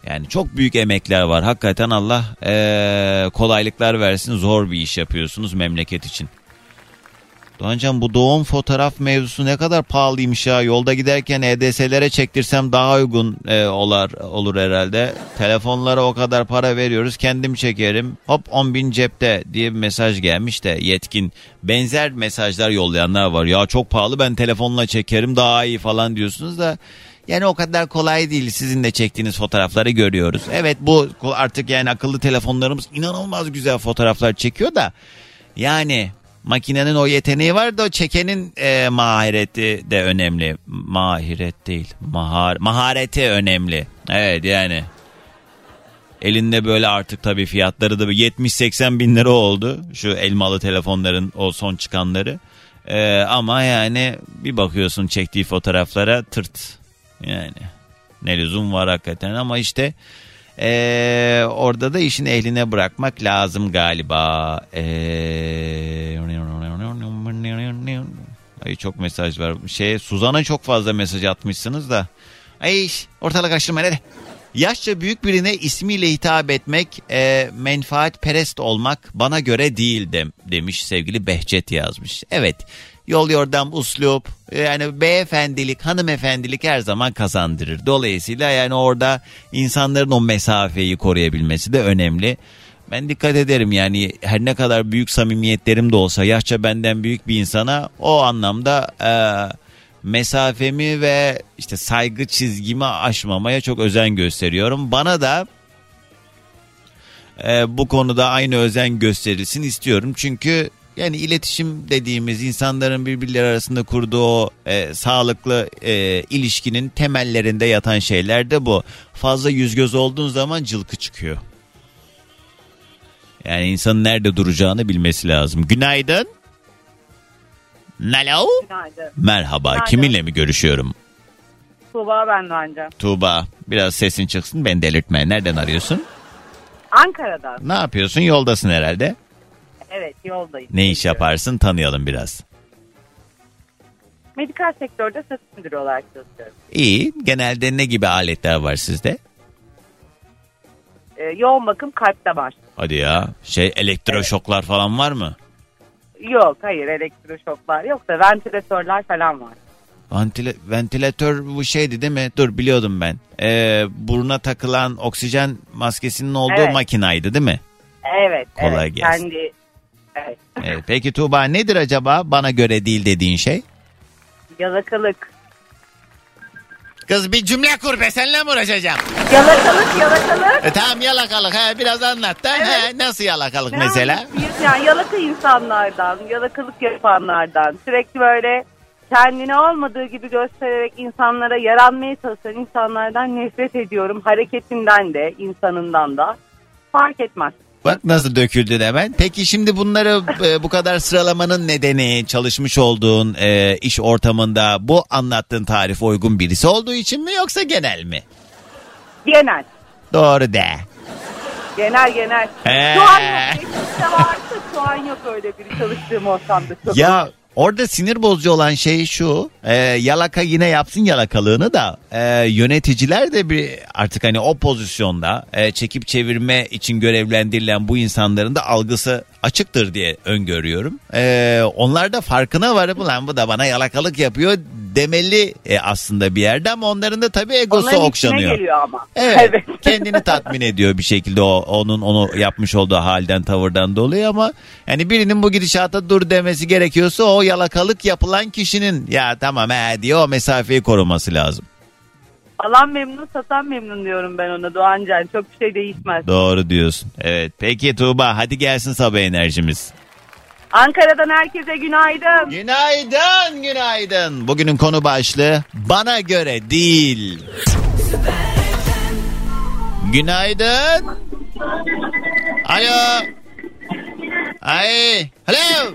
Yani çok büyük emekler var. Hakikaten Allah kolaylıklar versin. Zor bir iş yapıyorsunuz memleket için. Doğancan, bu doğum fotoğraf mevzusu ne kadar pahalıymış ya. Yolda giderken EDS'lere çektirsem daha uygun olur herhalde. Telefonlara o kadar para veriyoruz, kendim çekerim. Hop 10.000 cepte diye bir mesaj gelmiş de yetkin. Benzer mesajlar yollayanlar var. Ya çok pahalı, ben telefonla çekerim daha iyi falan diyorsunuz da. Yani o kadar kolay değil, sizin de çektiğiniz fotoğrafları görüyoruz. Evet, bu artık yani akıllı telefonlarımız inanılmaz güzel fotoğraflar çekiyor da. Yani makinenin o yeteneği var da o çekenin mahareti de önemli. Mahiret değil, mahareti önemli. Evet yani. Elinde böyle artık tabii fiyatları da 70-80 bin lira oldu. Şu elmalı telefonların o son çıkanları. Ama yani bir bakıyorsun çektiği fotoğraflara tırt. Yani ne lüzum var hakikaten ama işte orada da işin ehline bırakmak lazım galiba. Ay çok mesaj var. Suzan'a çok fazla mesaj atmışsınız da. Ay ortalık karıştırma ne de. Yaşça büyük birine ismiyle hitap etmek, menfaatperest olmak bana göre değil demiş sevgili Behçet yazmış. Evet. Yol yordam uslup, yani beyefendilik, hanımefendilik her zaman kazandırır. Dolayısıyla yani orada insanların o mesafeyi koruyabilmesi de önemli. Ben dikkat ederim yani her ne kadar büyük samimiyetlerim de olsa yaşça benden büyük bir insana o anlamda mesafemi ve işte saygı çizgimi aşmamaya çok özen gösteriyorum. Bana da bu konuda aynı özen gösterilsin istiyorum. Çünkü yani iletişim dediğimiz insanların birbirleri arasında kurduğu o sağlıklı ilişkinin temellerinde yatan şeyler de bu. Fazla yüz göz olduğun zaman cılkı çıkıyor. Yani insanın nerede duracağını bilmesi lazım. Günaydın. Hello. Günaydın. Merhaba. Günaydın. Kiminle mi görüşüyorum? Tuğba ben de anca. Tuğba. Biraz sesin çıksın, beni delirtme. Nereden arıyorsun? Ankara'dan. Ne yapıyorsun? Yoldasın herhalde. Evet, yoldayım. Ne iş yaparsın? Tanıyalım biraz. Medikal sektörde satış müdürü olarak çalışıyorum. İyi. Genelde ne gibi aletler var sizde? Yoğun bakım kalp damar. Hadi ya. Elektroşoklar falan var mı? Yok, hayır, elektroşoklar yok da ventilatörler falan var. Ventilatör bu şeydi değil mi? Dur, biliyordum ben. Buruna takılan oksijen maskesinin olduğu makinaydı değil mi? Evet. Kolay gelsin. Evet. Peki Tuğba, nedir acaba bana göre değil dediğin şey? Yalakalık. Kız bir cümle kur be, seninle mi uğraşacağım? Yalakalık. Tamam, yalakalık. Biraz anlat da. Evet. Nasıl yalakalık mesela? Yani yalaka insanlardan, yalakalık yapanlardan, sürekli böyle kendini olmadığı gibi göstererek insanlara yaranmaya çalışan insanlardan nefret ediyorum. Hareketinden de, insanından da. Fark etmez. Bak nasıl döküldü hemen. Peki şimdi bunları bu kadar sıralamanın nedeni çalışmış olduğun iş ortamında bu anlattığın tarife uygun birisi olduğu için mi yoksa genel mi? Genel. Doğru de. Genel. Şu an yok. Geçmişte varsa şu an yok öyle biri çalıştığım ortamda. Çok Ya orada sinir bozucu olan şey şu. Yalaka yine yapsın yalakalığını da yöneticiler de bir artık hani o pozisyonda çekip çevirme için görevlendirilen bu insanların da algısı açıktır diye öngörüyorum. Onlar da farkına varıp lan bu da bana yalakalık yapıyor demeli aslında bir yerde, ama onların da tabii egosu onların okşanıyor. içine geliyor ama. Evet. Kendini tatmin ediyor bir şekilde onun onu yapmış olduğu halden, tavırdan dolayı, ama yani birinin bu gidişata dur demesi gerekiyorsa o yalakalık yapılan kişinin ya tamam diye o mesafeyi koruması lazım. Alan memnun, satan memnun diyorum ben ona Doğancan. Çok bir şey değişmez. Doğru diyorsun. Evet. Peki Tuğba, hadi gelsin sabah enerjimiz. Ankara'dan herkese günaydın. Günaydın. Bugünün konu başlığı bana göre değil. Günaydın. Alo. Hello.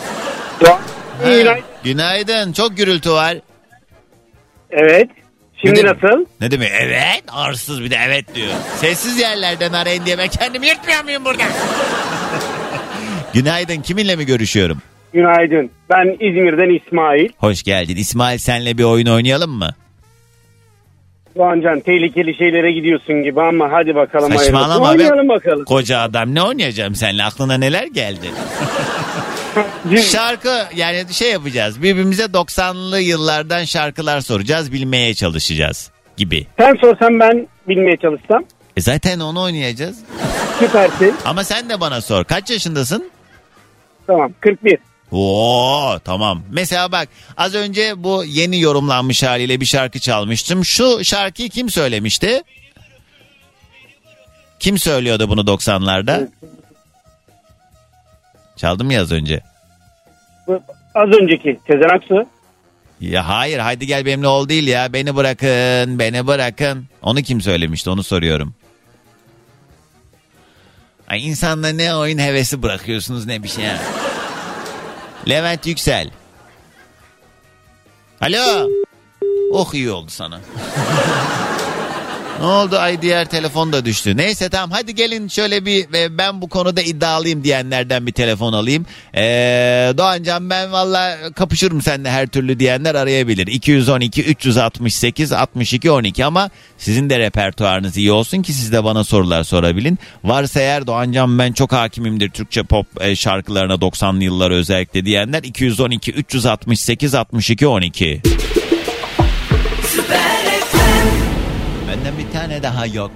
Günaydın. Çok gürültü var. Evet. Şimdi nasıl? Ne demek? Evet. Arsız bir de evet diyor. Sessiz yerlerden arayın diye ben kendimi yırtmıyor muyum burada? Günaydın. Kiminle mi görüşüyorum? Günaydın. Ben İzmir'den İsmail. Hoş geldin. İsmail, senle bir oyun oynayalım mı? Doğancan tehlikeli şeylere gidiyorsun gibi ama hadi bakalım. Saçmalama oynayalım bakalım. Koca adam ne oynayacağım seninle, aklına neler geldi? Şarkı yani şey yapacağız, birbirimize 90'lı yıllardan şarkılar soracağız, bilmeye çalışacağız gibi. Sen sorsan ben bilmeye çalışsam. Zaten onu oynayacağız. Süpersin. Ama sen de bana sor, kaç yaşındasın? Tamam 41. Oo tamam. Mesela bak, az önce bu yeni yorumlanmış haliyle bir şarkı çalmıştım. Şu şarkıyı kim söylemişti? Kim söylüyordu bunu 90'larda? Çaldım ya az önce. Az önceki Sezen Aksu. Ya hayır, haydi gel benimle ol değil ya. Beni bırakın, beni bırakın. Onu kim söylemişti, onu soruyorum. Ay insanda ne oyun hevesi bırakıyorsunuz ne bir şey ya. Levent Yüksel. Alo. Oh iyi oldu sana. Ne oldu? Ay diğer telefon da düştü. Neyse tamam, hadi gelin şöyle bir ben bu konuda iddialıyım diyenlerden bir telefon alayım. Doğancan ben valla kapışırım seninle her türlü diyenler arayabilir. 212 368 62 12 ama sizin de repertuarınız iyi olsun ki siz de bana sorular sorabilin. Varsa eğer Doğancan ben çok hakimimdir Türkçe pop şarkılarına 90'lı yıllar özellikle diyenler 212 368 62 12. Benden bir tane daha yok.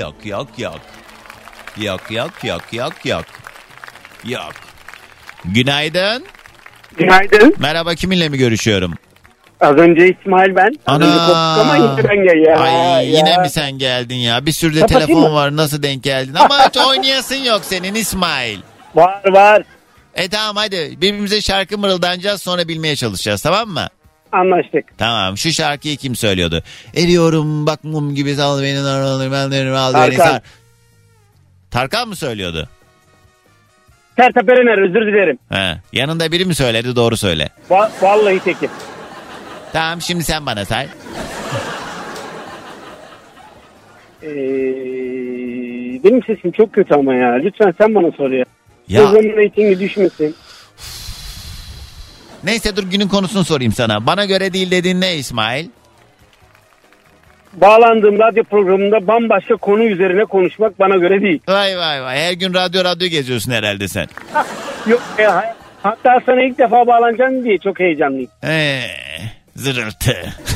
Yok. Günaydın. Günaydın. Merhaba, kiminle mi görüşüyorum? Az önce İsmail ben. Az önce koptuk ama yine ben gel ya. Ay ya. yine mi sen geldin ya? Bir sürü de Kapatayım telefon mı? var, nasıl denk geldin? Ama hiç oynayasın yok senin İsmail. Var. Tamam hadi birbirimize şarkı mırıldanacağız, sonra bilmeye çalışacağız, tamam mı? Anlaştık. Tamam, şu şarkıyı kim söylüyordu? Eriyorum bak mum gibi sal beni, ben al beni Tarkan. sar. Tarkan mı söylüyordu? Sertab Erener, özür dilerim. He, yanında biri mi söyledi, doğru söyle. Vallahi tekim. Tamam, şimdi sen bana say. Benim sesim çok kötü ama ya. Lütfen sen bana sor ya. Ya. O zaman reytingi düşmesin. Neyse dur, günün konusunu sorayım sana. Bana göre değil dediğin ne İsmail? Bağlandığım radyo programında bambaşka konu üzerine konuşmak bana göre değil. Vay her gün radyo geziyorsun herhalde sen. Yok ya. Hatta sana ilk defa bağlanacağım diye çok heyecanlıyım. Zırıltı.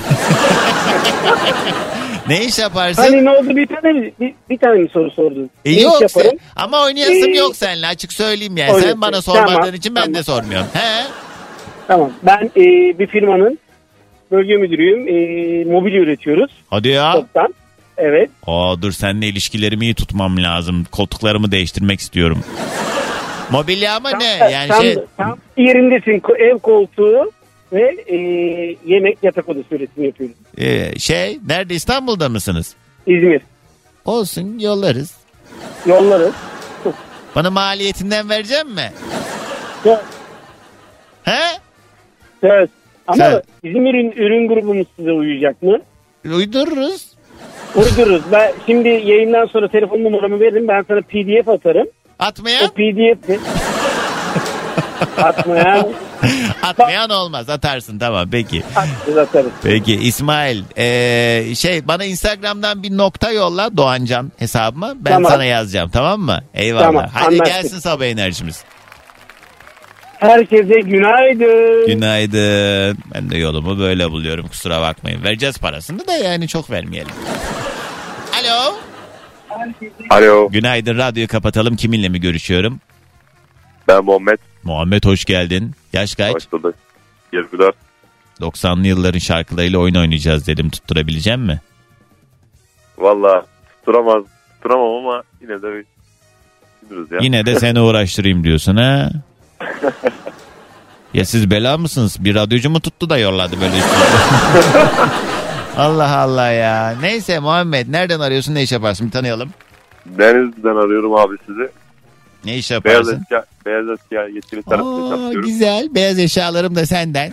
Ne iş yaparsın? Hani ne oldu, bir tane mi soru sordun? Ne Yok iş yaparım? ama oynayasım yok seninle, açık söyleyeyim yani. Oynasın. Sen bana sormadığın Tamam, için ben de sormuyorum. He? Tamam. Ben bir firmanın bölge müdürüyüm. Mobilya üretiyoruz. Hadi ya. Toptan. Evet. Dur, seninle ilişkilerimi iyi tutmam lazım. Koltuklarımı değiştirmek istiyorum. Mobilya ama ne? Yani tam yerindesin. Ev koltuğu ve yemek yatak odası üretimi yapıyoruz. Nerede, İstanbul'da mısınız? İzmir. Olsun, yollarız. Yollarız. Bana maliyetinden verecek mi? Söz. He? Söz. Ama Söz. bizim ürün grubumuz size uyacak mı? Uydururuz. Uydururuz. Ben şimdi yayından sonra telefon numaramı veririm. Ben sana PDF atarım. Atmayan? O PDF'de Atmayan olmaz. Atarsın, tamam peki. Atarız. Peki İsmail, bana Instagram'dan bir nokta yolla Doğancan hesabıma. Ben Tamam. sana yazacağım, tamam mı? Eyvallah. Tamam, Hadi anlaştık. gelsin sabah enerjimiz. Herkese günaydın. Günaydın. Ben de yolumu böyle buluyorum, kusura bakmayın. Vereceğiz parasını da yani çok vermeyelim. Alo. Alo. Günaydın, radyoyu kapatalım. Kiminle mi görüşüyorum? Ben Muhammed. Muhammed hoş geldin. Yaş kaç? Hoş bulduk. 24. 90'lı yılların şarkılarıyla oyun oynayacağız dedim. Tutturabilecek mi? Valla tutturamam ama yine de bir düşünürüz ya. Yine de seni uğraştırayım diyorsun ha? Ya siz bela mısınız? Bir radyocu mu tuttu da yolladı böyle üstüne? Allah Allah ya. Neyse Muhammed, nereden arıyorsun, ne iş yaparsın, bir tanıyalım. Denizli'den arıyorum abi sizi. Ne iş yaparsın? Beyaz eşya yetkili tarafını yapıyorum. Güzel, beyaz eşyalarım da senden.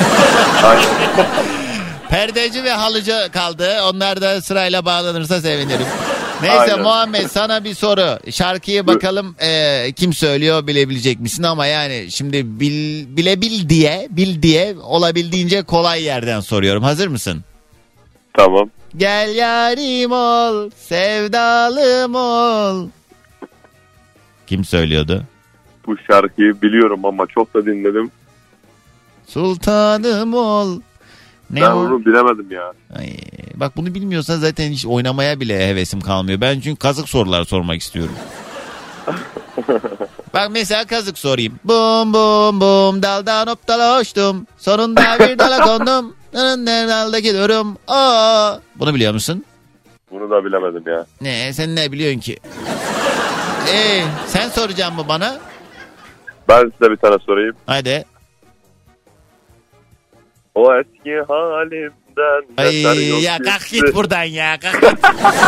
Perdeci ve halıcı kaldı. Onlar da sırayla bağlanırsa sevinirim. Neyse Aynen. Muhammed, sana bir soru. Şarkıyı bakalım kim söylüyor, bilebilecek misin? Ama yani şimdi bil diye olabildiğince kolay yerden soruyorum. Hazır mısın? Tamam. Gel yarim ol, sevdalım ol. Kim söylüyordu? Bu şarkıyı biliyorum ama çok da dinledim. Sultanım ol. Ne ben o? onu bilemedim ya. Ay, bak bunu bilmiyorsan zaten hiç oynamaya bile hevesim kalmıyor. Ben çünkü kazık sorular sormak istiyorum. Bak mesela kazık sorayım. Bum bum bum daldan hop dala hoştum. Sonunda bir dala kondum. Daldaki durum. Aa. Bunu biliyor musun? Bunu da bilemedim ya. Ne sen ne biliyorsun ki? Sen soracaksın mı bana? Ben size bir tane sorayım. Hadi. O eski halimden. Ay ya kalk git buradan ya. Kalk git.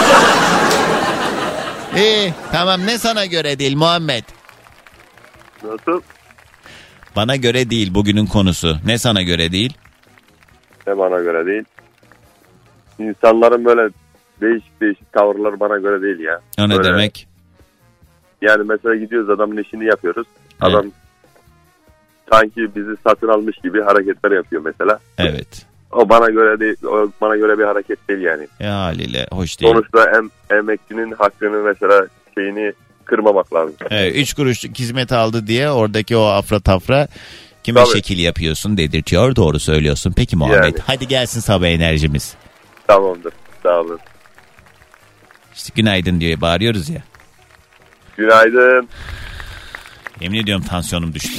Tamam ne sana göre değil Muhammed? Nasıl? Bana göre değil bugünün konusu. Ne sana göre değil? Ne bana göre değil. İnsanların böyle değişik tavırları bana göre değil ya. O ne böyle, demek? Yani mesela gidiyoruz adamın işini yapıyoruz. Evet. Adam sanki bizi satın almış gibi hareketler yapıyor mesela. Evet. O bana göre değil, o bana göre bir hareket değil yani. Ya haliyle hoş değil. Sonuçta emekçinin hakkını mesela şeyini kırmamak lazım. Evet, 3 kuruşluk hizmet aldı diye oradaki o afra tafra kime Tabii. şekil yapıyorsun dedirtiyor. Doğru söylüyorsun. Peki Muhammed Yani. hadi gelsin sabah enerjimiz. Tamamdır. Sağ olun. İşte günaydın diye bağırıyoruz ya. Günaydın. Yemin ediyorum tansiyonum düştü.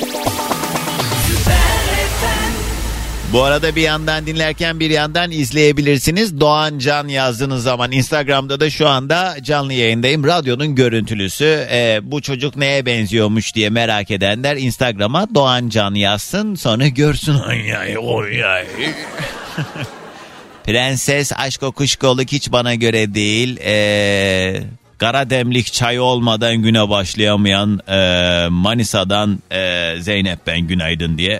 Bu arada bir yandan dinlerken bir yandan izleyebilirsiniz. Doğan Can yazdığınız zaman Instagram'da da şu anda canlı yayındayım. Radyonun görüntülüsü. Bu çocuk neye benziyormuş diye merak edenler Instagram'a Doğan Can yazsın. Sonra görsün. Oy. Prenses aşk kuşkoluk hiç bana göre değil. Kara demlik çay olmadan güne başlayamayan Manisa'dan Zeynep ben günaydın diye.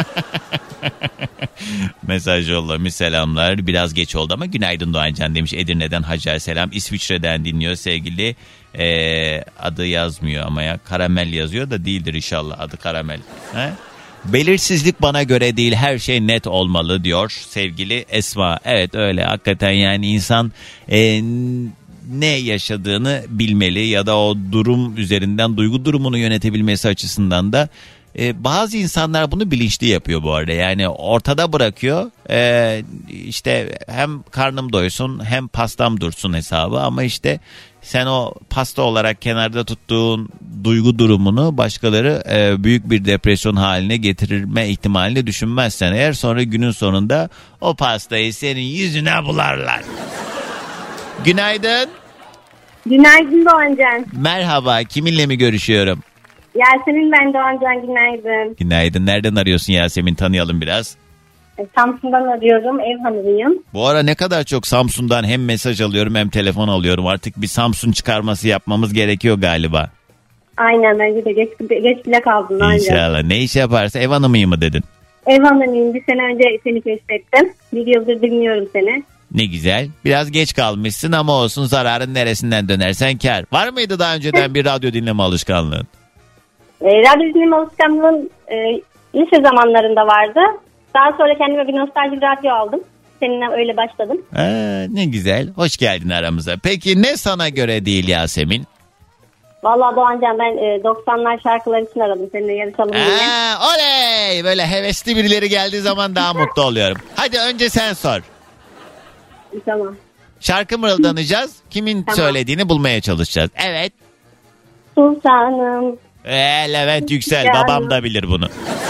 Mesaj yollamış, selamlar. Biraz geç oldu ama günaydın Doğancan demiş. Edirne'den Hacer selam. İsviçre'den dinliyor sevgili. Adı yazmıyor ama ya Karamel yazıyor da değildir inşallah adı Karamel. He? Belirsizlik bana göre değil, her şey net olmalı diyor sevgili Esma. Evet öyle hakikaten, yani insan ne yaşadığını bilmeli ya da o durum üzerinden duygu durumunu yönetebilmesi açısından da bazı insanlar bunu bilinçli yapıyor bu arada. Yani ortada bırakıyor, işte hem karnım doysun hem pastam dursun hesabı, ama işte sen o pasta olarak kenarda tuttuğun duygu durumunu başkaları büyük bir depresyon haline getirme ihtimalini düşünmezsen eğer, sonra günün sonunda o pastayı senin yüzüne bularlar. Günaydın. Günaydın Doğancan. Merhaba, kiminle mi görüşüyorum? Yasemin ben Doğancan, günaydın. Günaydın. Nereden arıyorsun Yasemin? Tanıyalım biraz. Samsun'dan arıyorum, ev hanımıyım. Bu ara ne kadar çok Samsun'dan hem mesaj alıyorum hem telefon alıyorum. Artık bir Samsun çıkarması yapmamız gerekiyor galiba. Aynen, bence de geç bile kaldın. İnşallah. Ne iş yaparsa, ev hanımıyım mı dedin? Ev hanımıyım. Bir sene önce seni keşfettim. Bir yıldır dinliyorum seni. Ne güzel. Biraz geç kalmışsın ama olsun, zararın neresinden dönersen kar. Var mıydı daha önceden bir radyo dinleme alışkanlığın? Radyo dinleme alışkanlığım lise zamanlarında vardı. Daha sonra kendime bir nostalji radyo aldım. Seninle öyle başladım. Ne güzel. Hoş geldin aramıza. Peki ne sana göre değil Yasemin? Vallahi Doğancan, ben 90'lar şarkıları için aradım. Seninle yarışalım diye. Oley! Böyle hevesli birileri geldiği zaman daha mutlu oluyorum. Hadi önce sen sor. Tamam. Şarkı mırıldanacağız. Kimin söylediğini bulmaya çalışacağız. Evet. Sultanım. Levent Yüksel. Babam da bilir bunu.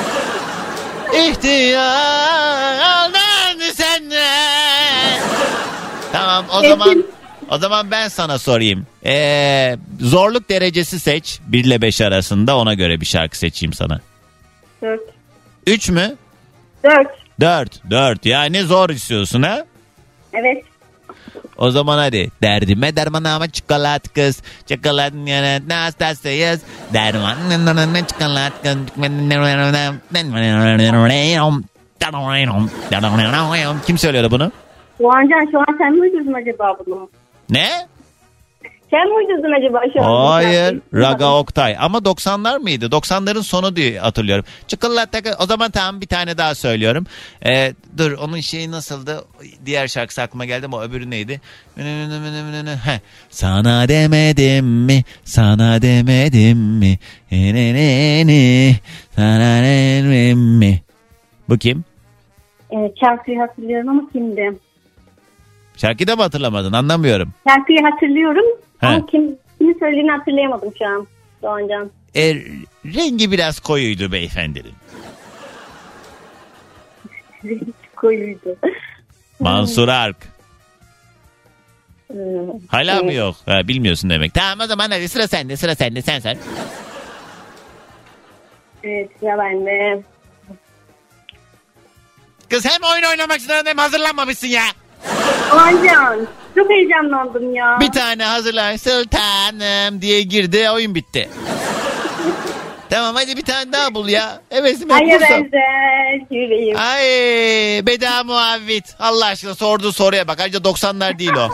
İhtiyardan senden. Tamam, o zaman ben sana sorayım. Zorluk derecesi seç. 1 ile 5 arasında, ona göre bir şarkı seçeyim sana. 4. 3 mü? 4. 4. Yani zor istiyorsun ha? Evet. O zaman hadi. Derdime derman ama çikolat kız. Çikolat nastasıyız. Derman çikolat kız. Kim söylüyor bunu? Doğancan, şu an sen mi uydurdun acaba bunu? Ne? Sen mi uydurdun acaba şu an? Hayır. Raga Oktay. Ama 90'lar mıydı? 90'ların sonu diye hatırlıyorum. Çikolata. O zaman tamam bir tane daha söylüyorum. Dur onun şeyi nasıldı? Diğer şarkısı aklıma geldi ama öbürü neydi? Sana demedim mi? Sana demedim mi? Sana demedim mi? Bu kim? Şarkıyı hatırlıyorum ama kimdi? Şarkıyı da mı hatırlamadın? Anlamıyorum. Şarkıyı hatırlıyorum ama kimin söylediğini hatırlayamadım şu an Doğancan. Rengi biraz koyuydu beyefendinin. Rengi koyuydu. Mansur Ark. Hala mı yok? Ha, bilmiyorsun demek. Tamam o zaman hadi sıra sende sen sor. Evet ya ben de. Kız hem oyun oynamak için hem hazırlanmamışsın ya. Doğancan çok heyecanlandım ya. Bir tane hazırlan sultanım diye girdi oyun bitti. Tamam hadi bir tane daha bul ya. Hevesime Hayır kursam. benzer yüreğim. Ay beda muavvit. Allah aşkına sorduğu soruya bak. Ayrıca 90'lar değil o.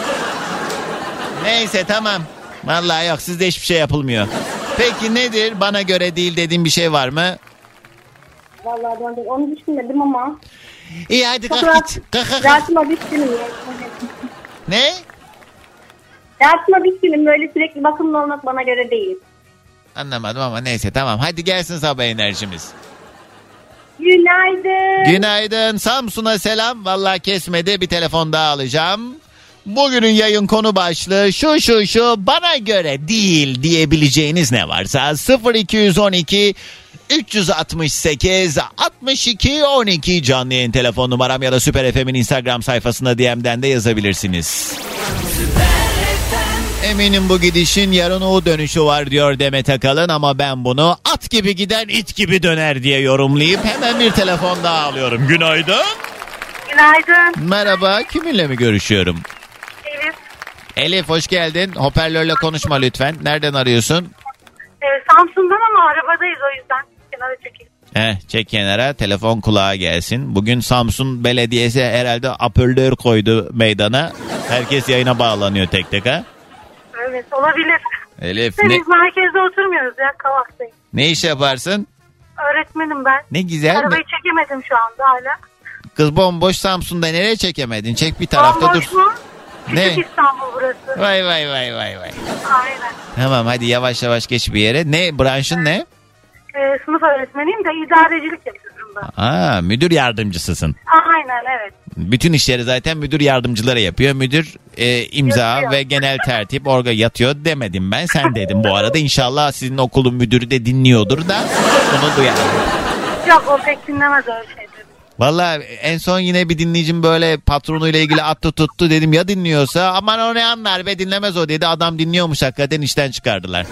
Neyse tamam. Vallahi yok sizde hiçbir şey yapılmıyor. Peki nedir bana göre değil dediğin bir şey var mı? Vallahi Doğancan onu düşünmedim ama. İyi hadi kalk git. Kalk. Rahatıma düşkünüm. Ne? Rahatıma düşkünüm. Böyle sürekli bakımlı olmak bana göre değil. Anlamadım ama neyse tamam. Hadi gelsin sabah enerjimiz. Günaydın. Günaydın. Samsun'a selam. Vallahi kesmedi. Bir telefon daha alacağım. Bugünün yayın konu başlığı şu bana göre değil diyebileceğiniz ne varsa 0212 368 62 12 canlı yayın telefon numaram ya da Süper FM'in Instagram sayfasında DM'den de yazabilirsiniz. Eminim bu gidişin yarın o dönüşü var diyor Demet Akalın ama ben bunu at gibi giden it gibi döner diye yorumlayıp hemen bir telefon daha alıyorum. Günaydın. Günaydın. Merhaba, kiminle mi görüşüyorum? Elif. Elif hoş geldin. Hoparlörle konuşma lütfen. Nereden arıyorsun? Samsun'dan ama arabadayız o yüzden. Kenara çekelim. Çek kenara, telefon kulağa gelsin. Bugün Samsun Belediyesi herhalde apörlör koydu meydana. Herkes yayına bağlanıyor tek tek ha. Evet olabilir. Elif Biz merkezde oturmuyoruz ya, Kavak'tayız. ne iş yaparsın? Öğretmenim ben. Ne güzel. Arabayı çekemedim şu anda hala. Kız bomboş Samsun'da nereye çekemedin? Çek bir tarafta dur. Mu? Ne? Küçük İstanbul burası. Vay. Aynen. Tamam hadi yavaş yavaş geç bir yere. Ne branşın ne? Sınıf öğretmeniyim de idarecilik yapıyorum ben. Müdür yardımcısısın. Aynen evet. Bütün işleri zaten müdür yardımcıları yapıyor. Müdür imza Yapıyor. ve genel tertip orada yatıyor demedim ben. Sen dedim bu arada. İnşallah sizin okulun müdürü de dinliyordur da bunu duyar. Yok o pek dinlemez öyle şeyleri. Valla en son yine bir dinleyicim böyle patronuyla ilgili attı tuttu dedim ya dinliyorsa aman o ne anlar be dinlemez o dedi. Adam dinliyormuş hakikaten işten çıkardılar.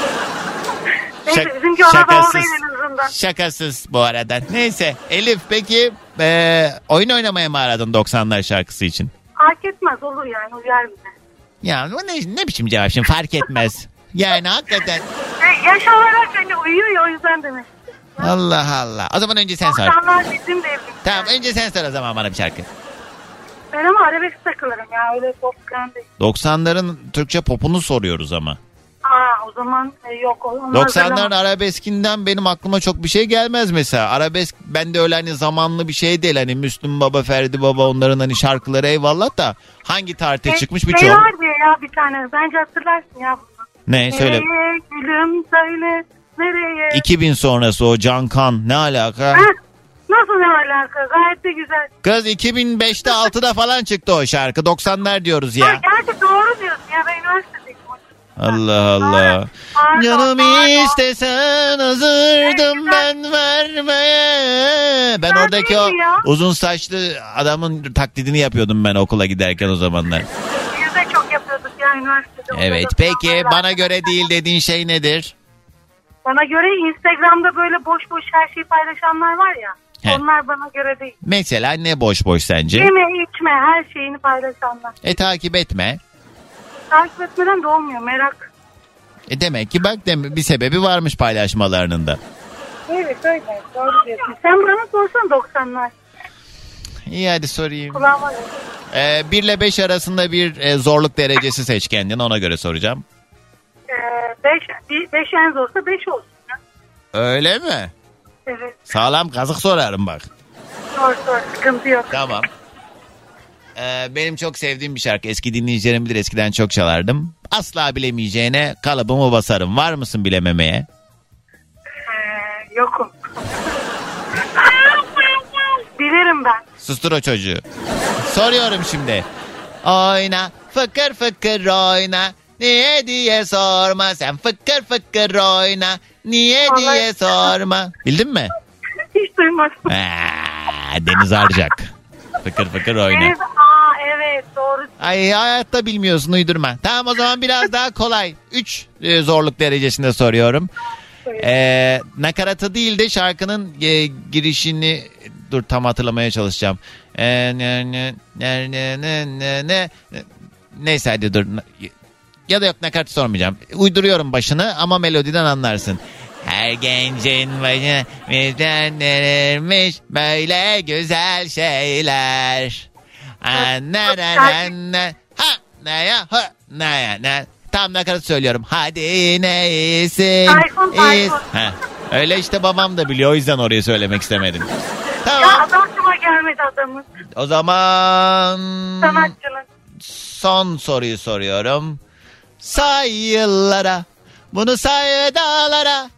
Neyse bizimki ona da olmayın en azından. Şakasız bu arada. Neyse Elif peki oyun oynamaya mı aradın 90'lar şarkısı için? Fark etmez olur yani uyar bize. Ya ne biçim cevap şimdi fark etmez. Yani hakikaten. Yaş olarak hani uyuyor ya o yüzden demek. Allah Allah. O zaman önce sen sor. 90'lar bizim devrim. Tamam önce sen sor o zaman bana bir şarkı. Ben ama arabesk takılırım ya öyle pop falan değil. 90'ların Türkçe popunu soruyoruz ama. O zaman yok. 90'ların arabeskinden benim aklıma çok bir şey gelmez mesela. Arabesk bende öyle hani zamanlı bir şey değil. Hani Müslüm Baba, Ferdi Baba onların hani şarkıları eyvallah da hangi tarihte çıkmış birçoğu. Şey var diye ya bir tane. Bence hatırlarsın ya bunu. Ne söyle. Nereye gülüm söyle nereye. 2000 sonrası o Can Kan ne alaka? Nasıl ne alaka? Gayet de güzel. Kız 2005'te 6'da falan çıktı o şarkı. 90'lar diyoruz ya. Gerçi doğru diyorsun ya ben üniversitedeyim. Allah Allah. Canımı istesen hazırdım ben vermeye. Ben oradaki o uzun saçlı adamın taklidini yapıyordum ben okula giderken o zamanlar. Biz de çok yapıyorduk ya üniversitede. Evet peki bana göre değil dediğin şey nedir? Bana göre Instagram'da böyle boş boş her şeyi paylaşanlar var ya. Onlar bana göre değil. Mesela ne boş boş sence? Yeme içme her şeyini paylaşanlar. Takip etme. Takip etmeden de olmuyor merak. Demek ki bak bir sebebi varmış paylaşmalarının da. Evet öyle doğru diyorsun. Sen bana sorsan 90'lar. İyi hadi sorayım. Kulağıma 1 ile 5 arasında bir zorluk derecesi seç kendine, ona göre soracağım. 5 en zorsa 5 olsun. Öyle mi? Evet. Sağlam kazık sorarım bak. Sor sıkıntı yok. Tamam. Benim çok sevdiğim bir şarkı. Eski dinleyicilerim bilir, eskiden çok çalardım. Asla bilemeyeceğine kalıbımı basarım. Var mısın bilememeye? Yokum. Bilirim ben. Sustur o çocuğu. Soruyorum şimdi. Oyna fıkır fıkır oyna. Niye diye sorma. Sen fıkır fıkır oyna. Niye Vallahi... diye sorma. Bildin mi? Hiç duymadım. Deniz Arcak. Fıkır fıkır oyna. Evet, evet doğru. Ay hayatta bilmiyorsun, uydurma. Tamam, o zaman biraz daha kolay. 3 zorluk derecesinde soruyorum. Nakaratı değil de şarkının girişini dur tam hatırlamaya çalışacağım. Neyse hadi dur. Ya da yok, nakaratı sormayacağım. Uyduruyorum başını ama melodiden anlarsın. Her gencin başına bizdenlenirmiş böyle güzel şeyler. Tam nakarat söylüyorum. Hadi neysin? Öyle işte, babam da biliyor, o yüzden orayı söylemek istemedim. Tamam. Ya aklıma gelmedi adamın. O zaman sanatçının. Son soruyu soruyorum. Say yıllara, bunu say dağlara.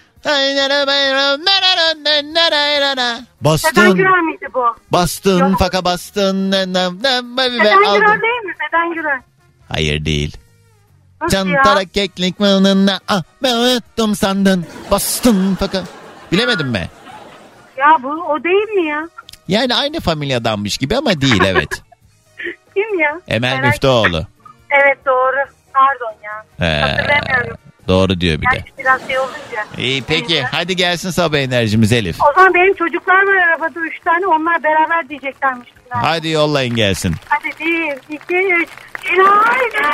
Bastın. Seden Güler miydi bu? Bastın Yok. faka bastın. Seden Güler değil mi? Seden Güler. Hayır değil. Nasıl Çantara keklik mınına ben unuttum sandın. Bastın faka. Bilemedin mi? Ya bu o değil mi ya? Yani aynı familyadanmış gibi ama değil, evet. Kim ya? Emel Müftüoğlu. Evet doğru. Pardon ya. Hatırlamıyorum. Doğru diyor bir de. Biraz şey olunca. İyi peki, hadi gelsin sabah enerjimiz Elif. O zaman benim çocuklar var arabada 3 tane, onlar beraber diyeceklermiş. Hadi yollayın gelsin. Hadi 1, 2, 3. Günaydın.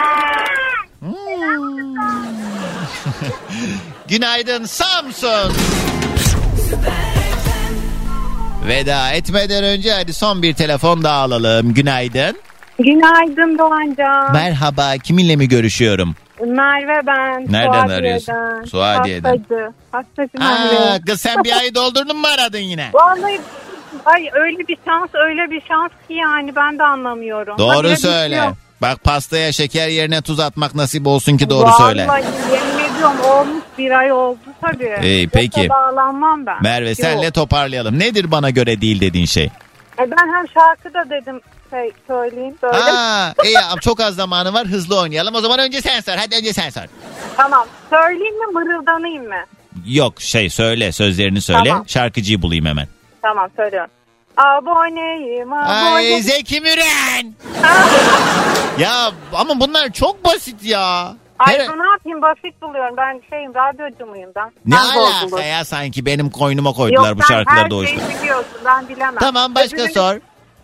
Günaydın Samsun. Veda etmeden önce hadi son bir telefon daha alalım. Günaydın. Günaydın Doğancan. Merhaba, kiminle mi görüşüyorum? Merve ben. Nereden arıyorsun? Suadiye'den. Hastacı Merve. Kız sen bir ayı doldurdun mu, aradın yine? Vallahi öyle bir şans ki yani ben de anlamıyorum. Doğru söyle. Bak, pastaya şeker yerine tuz atmak nasip olsun ki doğru söyle. Vallahi yemin ediyorum olmuş, bir ay oldu tabii. İyi peki. Yoksa bağlanmam ben. Merve senle toparlayalım. Nedir bana göre değil dediğin şey? Ben hem şarkı da dedim söyleyeyim böyle. İyi çok az zamanı var, hızlı oynayalım. O zaman önce sen sor. Hadi önce sen sor. Tamam. Söyleyeyim mi, mırıldanayım mı? Yok söyle, sözlerini söyle. Tamam. Şarkıcıyı bulayım hemen. Tamam söylüyorum. Aboneyim. Ay Zeki Müren. Ya ama bunlar çok basit ya. Ay ne yapayım, basit buluyorum. Ben radyocu muyum ben? Ne alaka ya, sanki benim koynuma koydular. Yok, bu şarkıları da Yok, sen her şeyi biliyorsun, ben bilemem. Tamam, başka sor.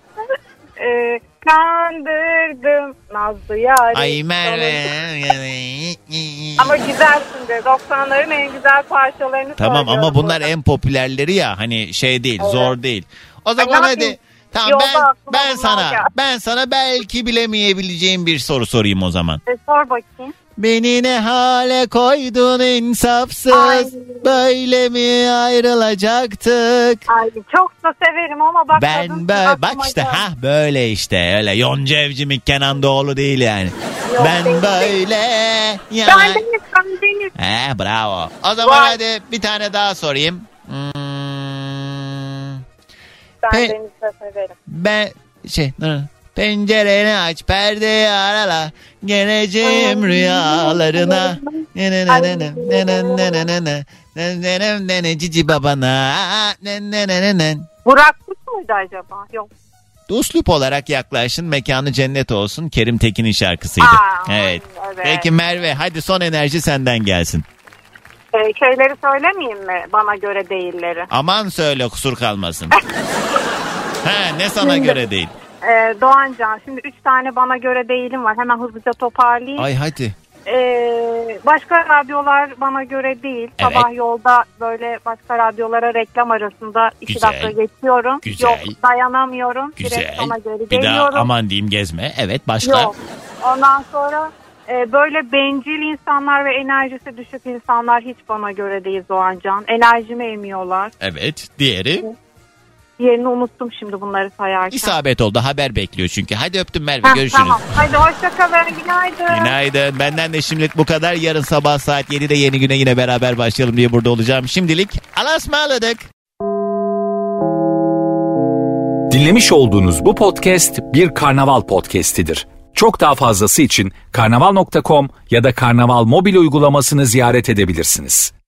Kandırdım Nazlı Yâri. Ay Merve. Ama güzelsin de, 90'ların en güzel parçalarını tamam ama bunlar burada en popülerleri ya, hani şey değil, evet, zor değil. O zaman hadi tamam, ben sana belki bilemeyebileceğim bir soru sorayım o zaman. Sor bakayım. Beni ne hale koydun insafsız. Ay. Böyle mi ayrılacaktık? Ay çok da severim ama bak. Bak işte böyle işte öyle Yonca Evcimik Kenan Doğulu değil yani. Yok, ben böyle ya. Ben bravo. O zaman hadi bir tane daha sorayım. Ben Deniz'e severim. Pencereni aç, perdeyi arala, geleceğim rüyalarına. Cici babana. Burak Kut muydu acaba? Yok. Üslup olarak yaklaşın, mekanı cennet olsun. Kerim Tekin'in şarkısıydı. Evet. Peki Merve, hadi son enerji senden gelsin. Şeyleri söylemeyeyim mi? Bana göre değilleri. Aman söyle, kusur kalmasın. Ne sana göre değil? Doğancan, şimdi 3 tane bana göre değilim var. Hemen hızlıca toparlayayım. Ay hadi. Başka radyolar bana göre değil. Evet. Sabah yolda böyle başka radyolara reklam arasında 2 Güzel. dakika geçiyorum. Güzel. Yok, dayanamıyorum. Güzel. Direkt sana geri Bir daha geliyorum. aman diyeyim gezme. Evet, başka? Yok. Ondan sonra böyle bencil insanlar ve enerjisi düşük insanlar hiç bana göre değil Doğancan. Enerjimi emiyorlar. Evet, diğeri? Yerini unuttum şimdi bunları sayarken. İsabet oldu, haber bekliyor çünkü. Hadi öptüm Merve, Heh, görüşürüz. Tamam. Hadi hoşçakalın. Günaydın. Günaydın. Benden de şimdilik bu kadar. Yarın sabah saat 7'de yeni güne yine beraber başlayalım diye burada olacağım. Şimdilik Allah'a ısmarladık. Dinlemiş olduğunuz bu podcast bir karnaval podcastidir. Çok daha fazlası için karnaval.com ya da karnaval mobil uygulamasını ziyaret edebilirsiniz.